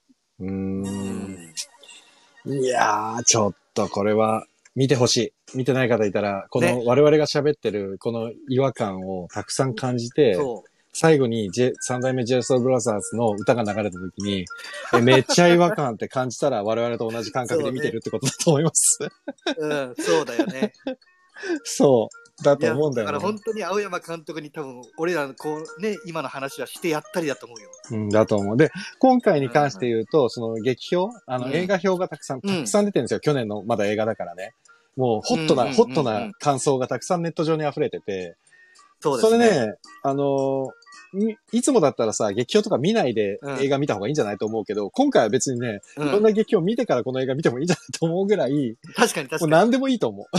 A: いやー、ちょっとこれは、見てほしい。見てない方いたら、この我々が喋ってる、この違和感をたくさん感じて、 最後に三代目 JSOULBROTHERS の歌が流れた時に、めっちゃ違和感って感じたら我々と同じ感覚で見てるってことだと思います。
B: うん、そうだよね。
A: そう。だと思うんだよね。
B: だから本当に青山監督に多分、俺らのこうね、今の話はしてやったりだと思うよ。
A: うん、だと思う。で、今回に関して言うと、その劇評、映画表がたくさん出てるんですよ。去年のまだ映画だからね。もうホットな感想がたくさんネット上に溢れてて、
B: そうですね。
A: それね、いつもだったらさ、劇評とか見ないで映画見た方がいいんじゃないと思うけど、今回は別にね、いろんな劇評見てからこの映画見てもいいんじゃないと思うぐらい、
B: 確かに。
A: もう何でもいいと思う。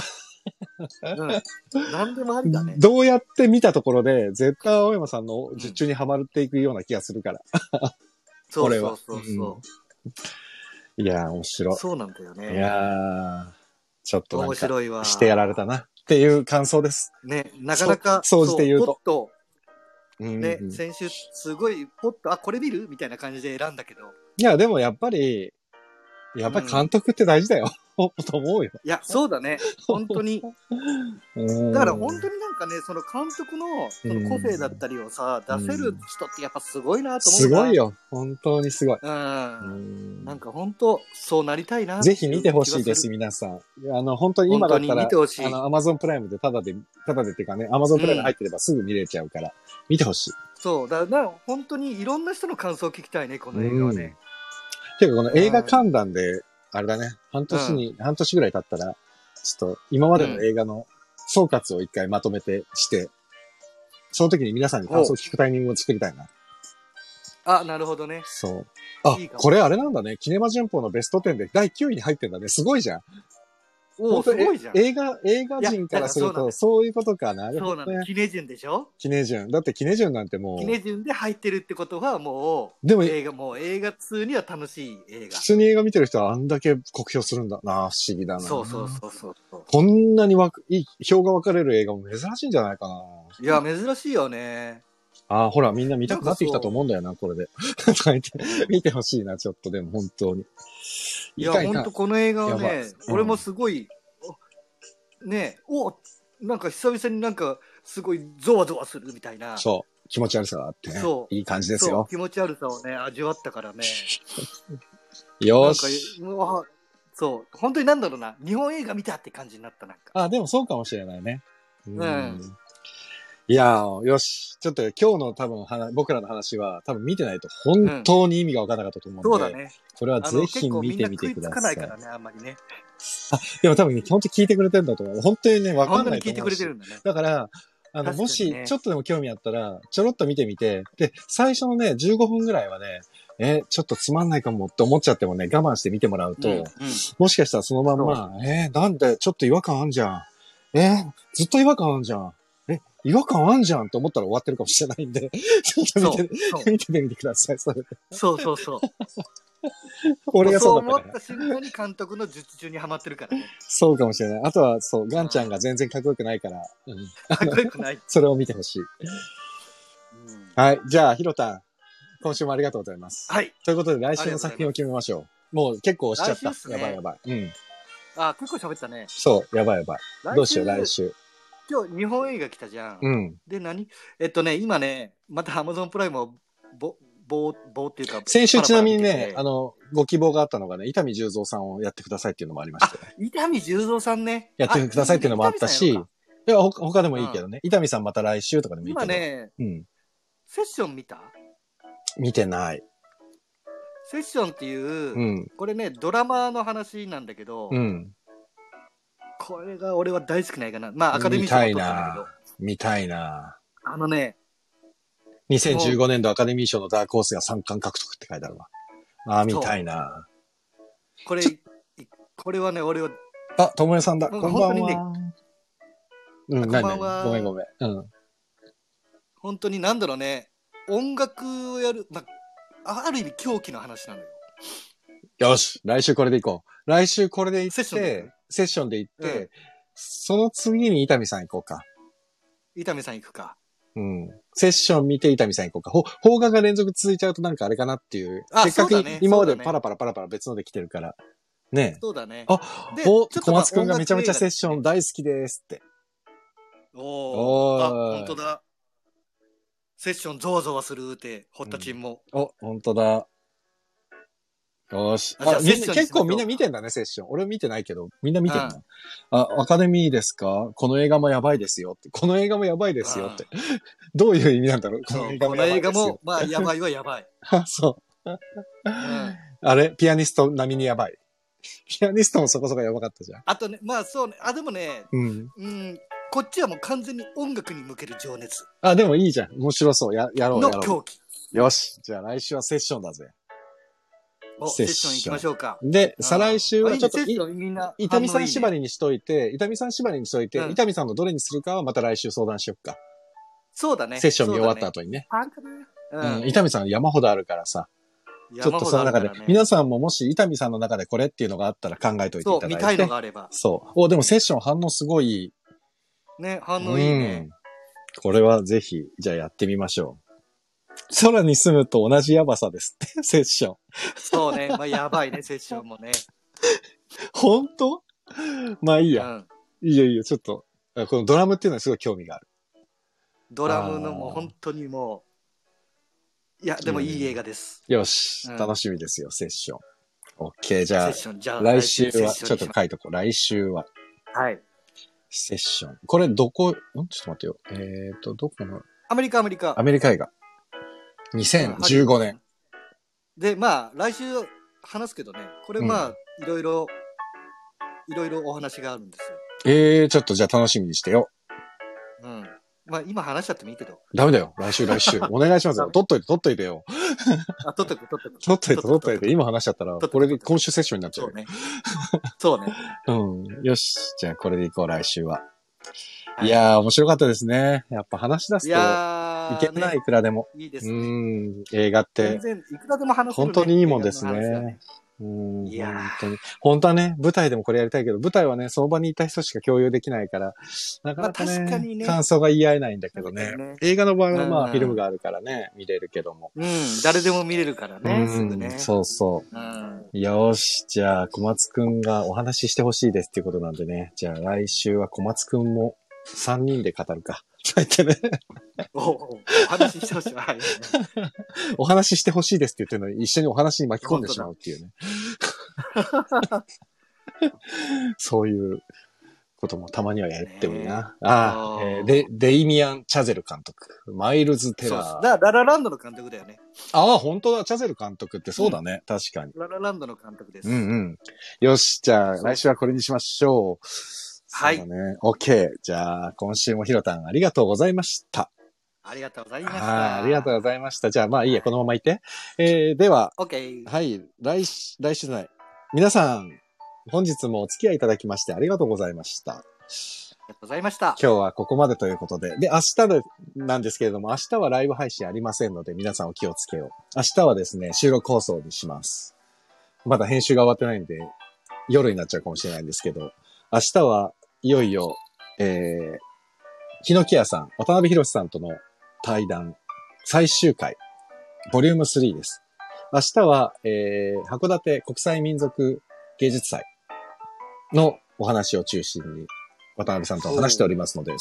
B: 何でもありだね。
A: どうやって見たところで、絶対青山さんの術中にはまっていくような気がするから。
B: そうそうそう。
A: いやー、面白い。
B: そうなんだよね。
A: いやー、ちょっとなんか、
B: 面白いわ。
A: してやられたなっていう感想です。
B: ね、なかなか、
A: 総じて言うと。
B: ポッと、ね、先週すごい、ポッと、あ、これ見るみたいな感じで選んだけど。
A: いや、でもやっぱり監督って大事だよ。と思うよ。
B: いや、そうだね。本当に。だから本当になんかね、その監督のその個性だったりをさ、出せる人ってやっぱすごいなと思う。
A: すごいよ。本当にすごい。
B: なんか本当、そうなりたいな。
A: ぜひ見てほしいです、皆さん。本当に今だったら、Amazon プライムでタダでっていうかね、Amazon プライム入ってればすぐ見れちゃうから、見てほしい。
B: そう、だから本当にいろんな人の感想を聞きたいね、この映画はね。
A: ていうかこの映画観覧で、あれだね、半年ぐらい経ったら、ちょっと今までの映画の総括を一回まとめてして、その時に皆さんに感想を聞くタイミングを作りたいな。
B: あ、なるほどね。
A: そう。あ、これあれなんだね。キネマ旬報のベスト10で第9位に入ってんだね。すごいじゃん。
B: お、すごいじゃん。
A: 映画人からすると、そういうことかな。
B: そうなの。キネジュンでしょ？
A: キネジュン。だってキネジュンなんてもう。
B: キネジュンで入ってるってことはもう、
A: でも
B: 映画通には楽しい映画。
A: 普通に映画見てる人はあんだけ酷評するんだな。不思議だな。
B: そう。
A: こんなに票が分かれる映画も珍しいんじゃないかな。
B: いや、珍しいよね。
A: ああ、ほら、みんな見たくなってきたと思うんだよな、これで。見てほしいな、ちょっとでも、本当に。
B: いや、本当この映画はね、俺もすごい、ね、なんか久々になんか、すごいゾワゾワするみたいな。
A: そう。気持ち悪さがあってね。いい感じですよ。
B: 気持ち悪さをね、味わったからね。
A: よし。
B: そう。本当になんだろうな。日本映画見たって感じになった、なんか。
A: あ、でもそうかもしれないね。いやー、よし。ちょっと今日の多分僕らの話は多分見てないと本当に意味が分からなかったと思うので、
B: そうだね。
A: これはぜひ見てみてください。
B: 結構みんな食いつかないからね、あんまりね。
A: あ、でも多分ね、本当に聞いてくれてるんだと思う。本当にね、分かんないと思うし。
B: 本当に聞いてくれてるんだね。
A: だから、もし、ちょっとでも興味あったら、ちょろっと見てみて、で、最初のね、15分ぐらいはね、ちょっとつまんないかもって思っちゃってもね、我慢して見てもらうと、もしかしたらそのまんま、なんで、ちょっと違和感あんじゃん。ずっと違和感あんじゃん。違和感あんじゃんって思ったら終わってるかもしれないんで、ちょっと見てみてください、それで。
B: そう。
A: 俺がそうだったから。
B: そう思った瞬間に監督の術中にはまってるからね。
A: そうかもしれない。あとは、ガンちゃんが全然かっこよくないから、
B: かっこよくない。
A: それを見てほしい。はい。じゃあ、ひろたん、今週もありがとうございます。
B: はい。
A: ということで、来週の作品を決めましょう。もう結構押しちゃった。やばい。
B: あ、結構喋ったね。
A: そう、やばい。どうしよう、来週。
B: 今日、日本映画来たじゃ
A: ん。
B: で、今ね、また Amazon プライムを棒っていうか。
A: 先週ちなみにね、ご希望があったのがね、伊丹十三さんをやってくださいっていうのもありましたね。
B: 伊丹十三さんね。
A: やってくださいっていうのもあったし、いや、他でもいいけどね。伊丹さんまた来週とかでもいいけど。
B: 今ね、セッション見た？
A: 見てない。
B: セッションっていう、これね、ドラマの話なんだけど、これが俺は大好きな映画な。まあ、アカデミー賞も取ったんだけど。
A: 見たいな。
B: 2015
A: 年度アカデミー賞のダークホースが3冠獲得って書いてあるわ。見たいな。
B: これはね、俺は。
A: あ、ともえさんだ。こんばんは。
B: こんばんは。
A: ごめん。
B: 本当になんだろうね。音楽をやる、ある意味狂気の話なのよ。
A: よし、来週これで行こう。来週これで行って、セッションで行って、その次に伊丹さん行こうか。
B: 伊丹さん行くか。
A: セッション見て伊丹さん行こうか。邦画が連続続いちゃうとなんかあれかなっていう。せっかく今までパラパラ別ので来てるから。ね。
B: そうだね。
A: あ、小松くんがめちゃめちゃセッション大好きですって。
B: 本当だ。 セッションゾワゾワするって、堀田ちんも。
A: お、ほんとだ。よし。結構みんな見てんだね、セッション。俺見てないけど、みんな見てんだ。アカデミーですか？この映画もやばいですよって。この映画もやばいですよって。どういう意味なんだろう？
B: この映画も、まあ、やばいはやばい。
A: そう。あれピアニスト並みにやばい。ピアニストもそこそこやばかったじゃん。
B: あとね、まあそうね。でもね、こっちはもう完全に音楽に向ける情熱。
A: でもいいじゃん。面白そう。やろう。
B: の狂気。
A: よし。じゃあ来週はセッションだぜ。
B: セッション行きましょうか。
A: で、再来週はちょっと、伊丹さん縛りにしといて、伊丹さんのどれにするかはまた来週相談しよっか。
B: そうだね。
A: セッション見終わった後にね。伊丹さん山ほどあるからさ。ちょっとその中で、皆さんももし伊丹さんの中でこれっていうのがあったら考えといていただいて。そう、
B: 見たいのがあれば。
A: そう。でもセッション反応すごいいい。
B: ね、反応いいね。
A: これはぜひ、じゃあやってみましょう。空に住むと同じやばさですって、セッション。
B: そうね。まあ、やばいね、セッションもね。
A: 本当？まあいいや。いいよ、ちょっと。このドラムっていうのはすごい興味がある。
B: ドラムのもう本当にもう、いや、でもいい映画です。
A: よし、楽しみですよ、セッション。OK、じゃあ、来週は、ちょっと書いとこう。来週は。
B: はい。
A: セッション。これどこ、ちょっと待ってよ。どこの
B: アメリカ。
A: アメリカ映画。2015年。
B: で、まあ、来週話すけどね、これまあ、いろいろお話があるんです
A: よ。ちょっとじゃあ楽しみにしてよ。
B: まあ、今話しちゃってもいいけど。
A: ダメだよ。来週。お願いしますよ。取っといてよ。
B: 取っといて。
A: 今話しちゃったら、これで今週セッションになっちゃう。
B: そうね。
A: よし。じゃあこれでいこう、来週は。いやー、面白かったですね。やっぱ話し出すと、いけない、いくらでも。
B: いいですね。
A: 映画って、
B: 全然、いくらでも話せる
A: 本当にいいもんですね。本当はね、舞台でもこれやりたいけど、舞台はね、その場にいた人しか共有できないから、なかなかね、感想が言い合えないんだけどね。映画の場合はまあ、フィルムがあるからね、見れるけども。
B: 誰でも見れるからね、すぐね。
A: そうそう。よし、じゃあ、小松くんがお話ししてほしいですっていうことなんでね。じゃあ、来週は小松くんも3人で語るか。そうやってね。
B: お話ししてほしい。はい。
A: お話ししてほしいですって言ってるのに一緒にお話に巻き込んでしまうっていうね。そういうこともたまにはやってもいいな。デイミアン・チャゼル監督。マイルズ・テラー。
B: ララランドの監督だよね。
A: 本当だ。チャゼル監督ってそうだね。確かに。
B: ララランドの監督です。
A: よし。じゃあ、来週はこれにしましょう。
B: はい。
A: そうだね。OK。じゃあ、今週もひろたんありがとうございました。
B: ありがとうございました。
A: ありがとうございました。じゃあ、まあいいや、このままいて。では、
B: OK。
A: はい。来週じゃない。皆さん、本日もお付き合いいただきましてありがとうございました。
B: ありがとうございました。
A: 今日はここまでということで。で、明日なんですけれども、明日はライブ配信ありませんので、皆さんお気をつけを。明日はですね、収録放送にします。まだ編集が終わってないんで、夜になっちゃうかもしれないんですけど、明日はいよいよ、ヒノキ屋さん、渡辺博さんとの対談、最終回、ボリューム3です。明日は、函館国際民族芸術祭のお話を中心に、渡辺さんと話しておりますので、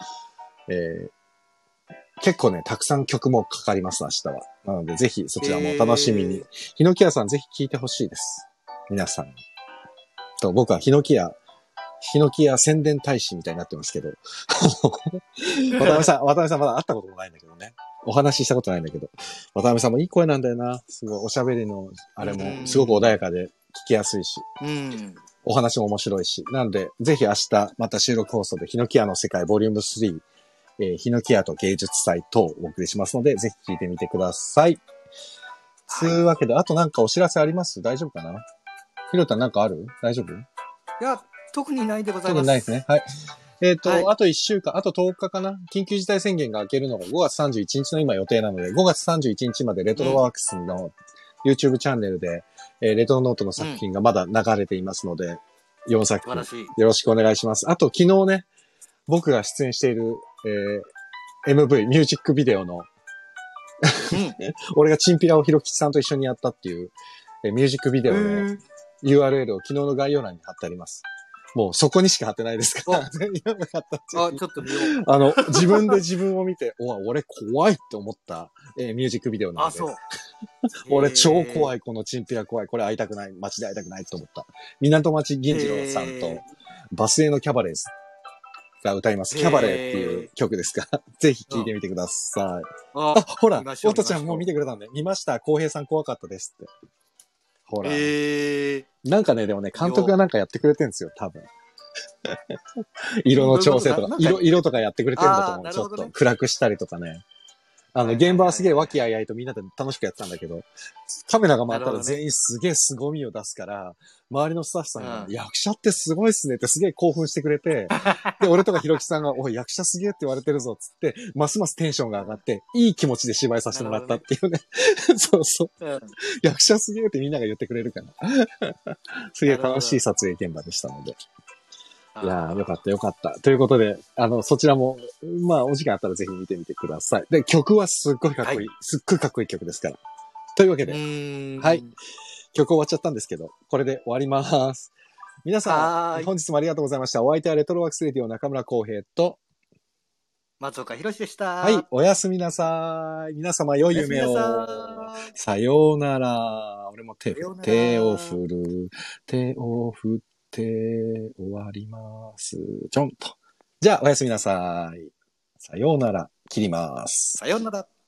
A: 結構ね、たくさん曲もかかります、明日は。なので、ぜひそちらも楽しみに。ヒノキ屋さんぜひ聞いてほしいです。皆さん。僕はヒノキ屋宣伝大使みたいになってますけど。渡辺さんまだ会ったこともないんだけどね。お話ししたことないんだけど。渡辺さんもいい声なんだよな。すごい、おしゃべりの、あれも、すごく穏やかで聞きやすいし。お話も面白いし。なので、ぜひ明日、また収録放送で、ヒノキ屋の世界ボリューム3、ヒノキ屋と芸術祭等をお送りしますので、ぜひ聞いてみてください。つうわけで、あとなんかお知らせあります？大丈夫かな？ひろたなんかある？大丈夫？
B: いや、特にないでございます。
A: 特にないですね。はい。あと1週間、あと10日かな？緊急事態宣言が明けるのが5月31日の今予定なので、5月31日までレトロワークスの YouTube チャンネルで、レトロノートの作品がまだ流れていますので、4作品よろしくお願いします。あと昨日ね、僕が出演している、MV、ミュージックビデオの、俺がチンピラをひろきちさんと一緒にやったっていう、ミュージックビデオの URL を昨日の概要欄に貼ってあります。
C: もうそこにしか貼ってないですから。全然よかった。
B: ちょっと見よう。
C: 自分で自分を見て、俺怖いって思った、ミュージックビデオなので。
B: そう。
C: 俺超怖い、このチンピラ怖い。これ会いたくない。街で会いたくないと思った。港町銀次郎さんと、バスへのキャバレーズが歌います。キャバレーっていう曲ですから、ぜひ聴いてみてください。ほら、おとちゃんもう見てくれたんで、見ました。浩平さん怖かったですって。ほら。なんかね、でもね、監督がなんかやってくれてるんですよ、多分。色の調整とか、色とかやってくれてるんだと思う。ちょっと暗くしたりとかね。現場はすげえ和気あいあいとみんなで楽しくやってたんだけど、カメラが回ったら全員すげえ凄みを出すから、周りのスタッフさんが、役者ってすごいっすねってすげえ興奮してくれて、で、俺とかひろきさんが、おい、役者すげえって言われてるぞっつって、ますますテンションが上がって、いい気持ちで芝居させてもらったっていうね。そうそう。役者すげえってみんなが言ってくれるから。すげえ楽しい撮影現場でしたので。いやー、よかったよかった。ということで、そちらも、まあ、お時間あったらぜひ見てみてください。で、曲はすっごいかっこいい。すっごいかっこいい曲ですから。というわけで、はい。曲終わっちゃったんですけど、これで終わります。皆さん、本日もありがとうございました。お相手はレトロワークスレディオ中村浩平と、
B: 松岡弘でした。
C: はい、おやすみなさい。皆様、良い夢を。さようなら。俺も手を振る。手を振って、終わります。ちょんと。じゃあ、おやすみなさい。さようなら。切ります。
B: さようなら。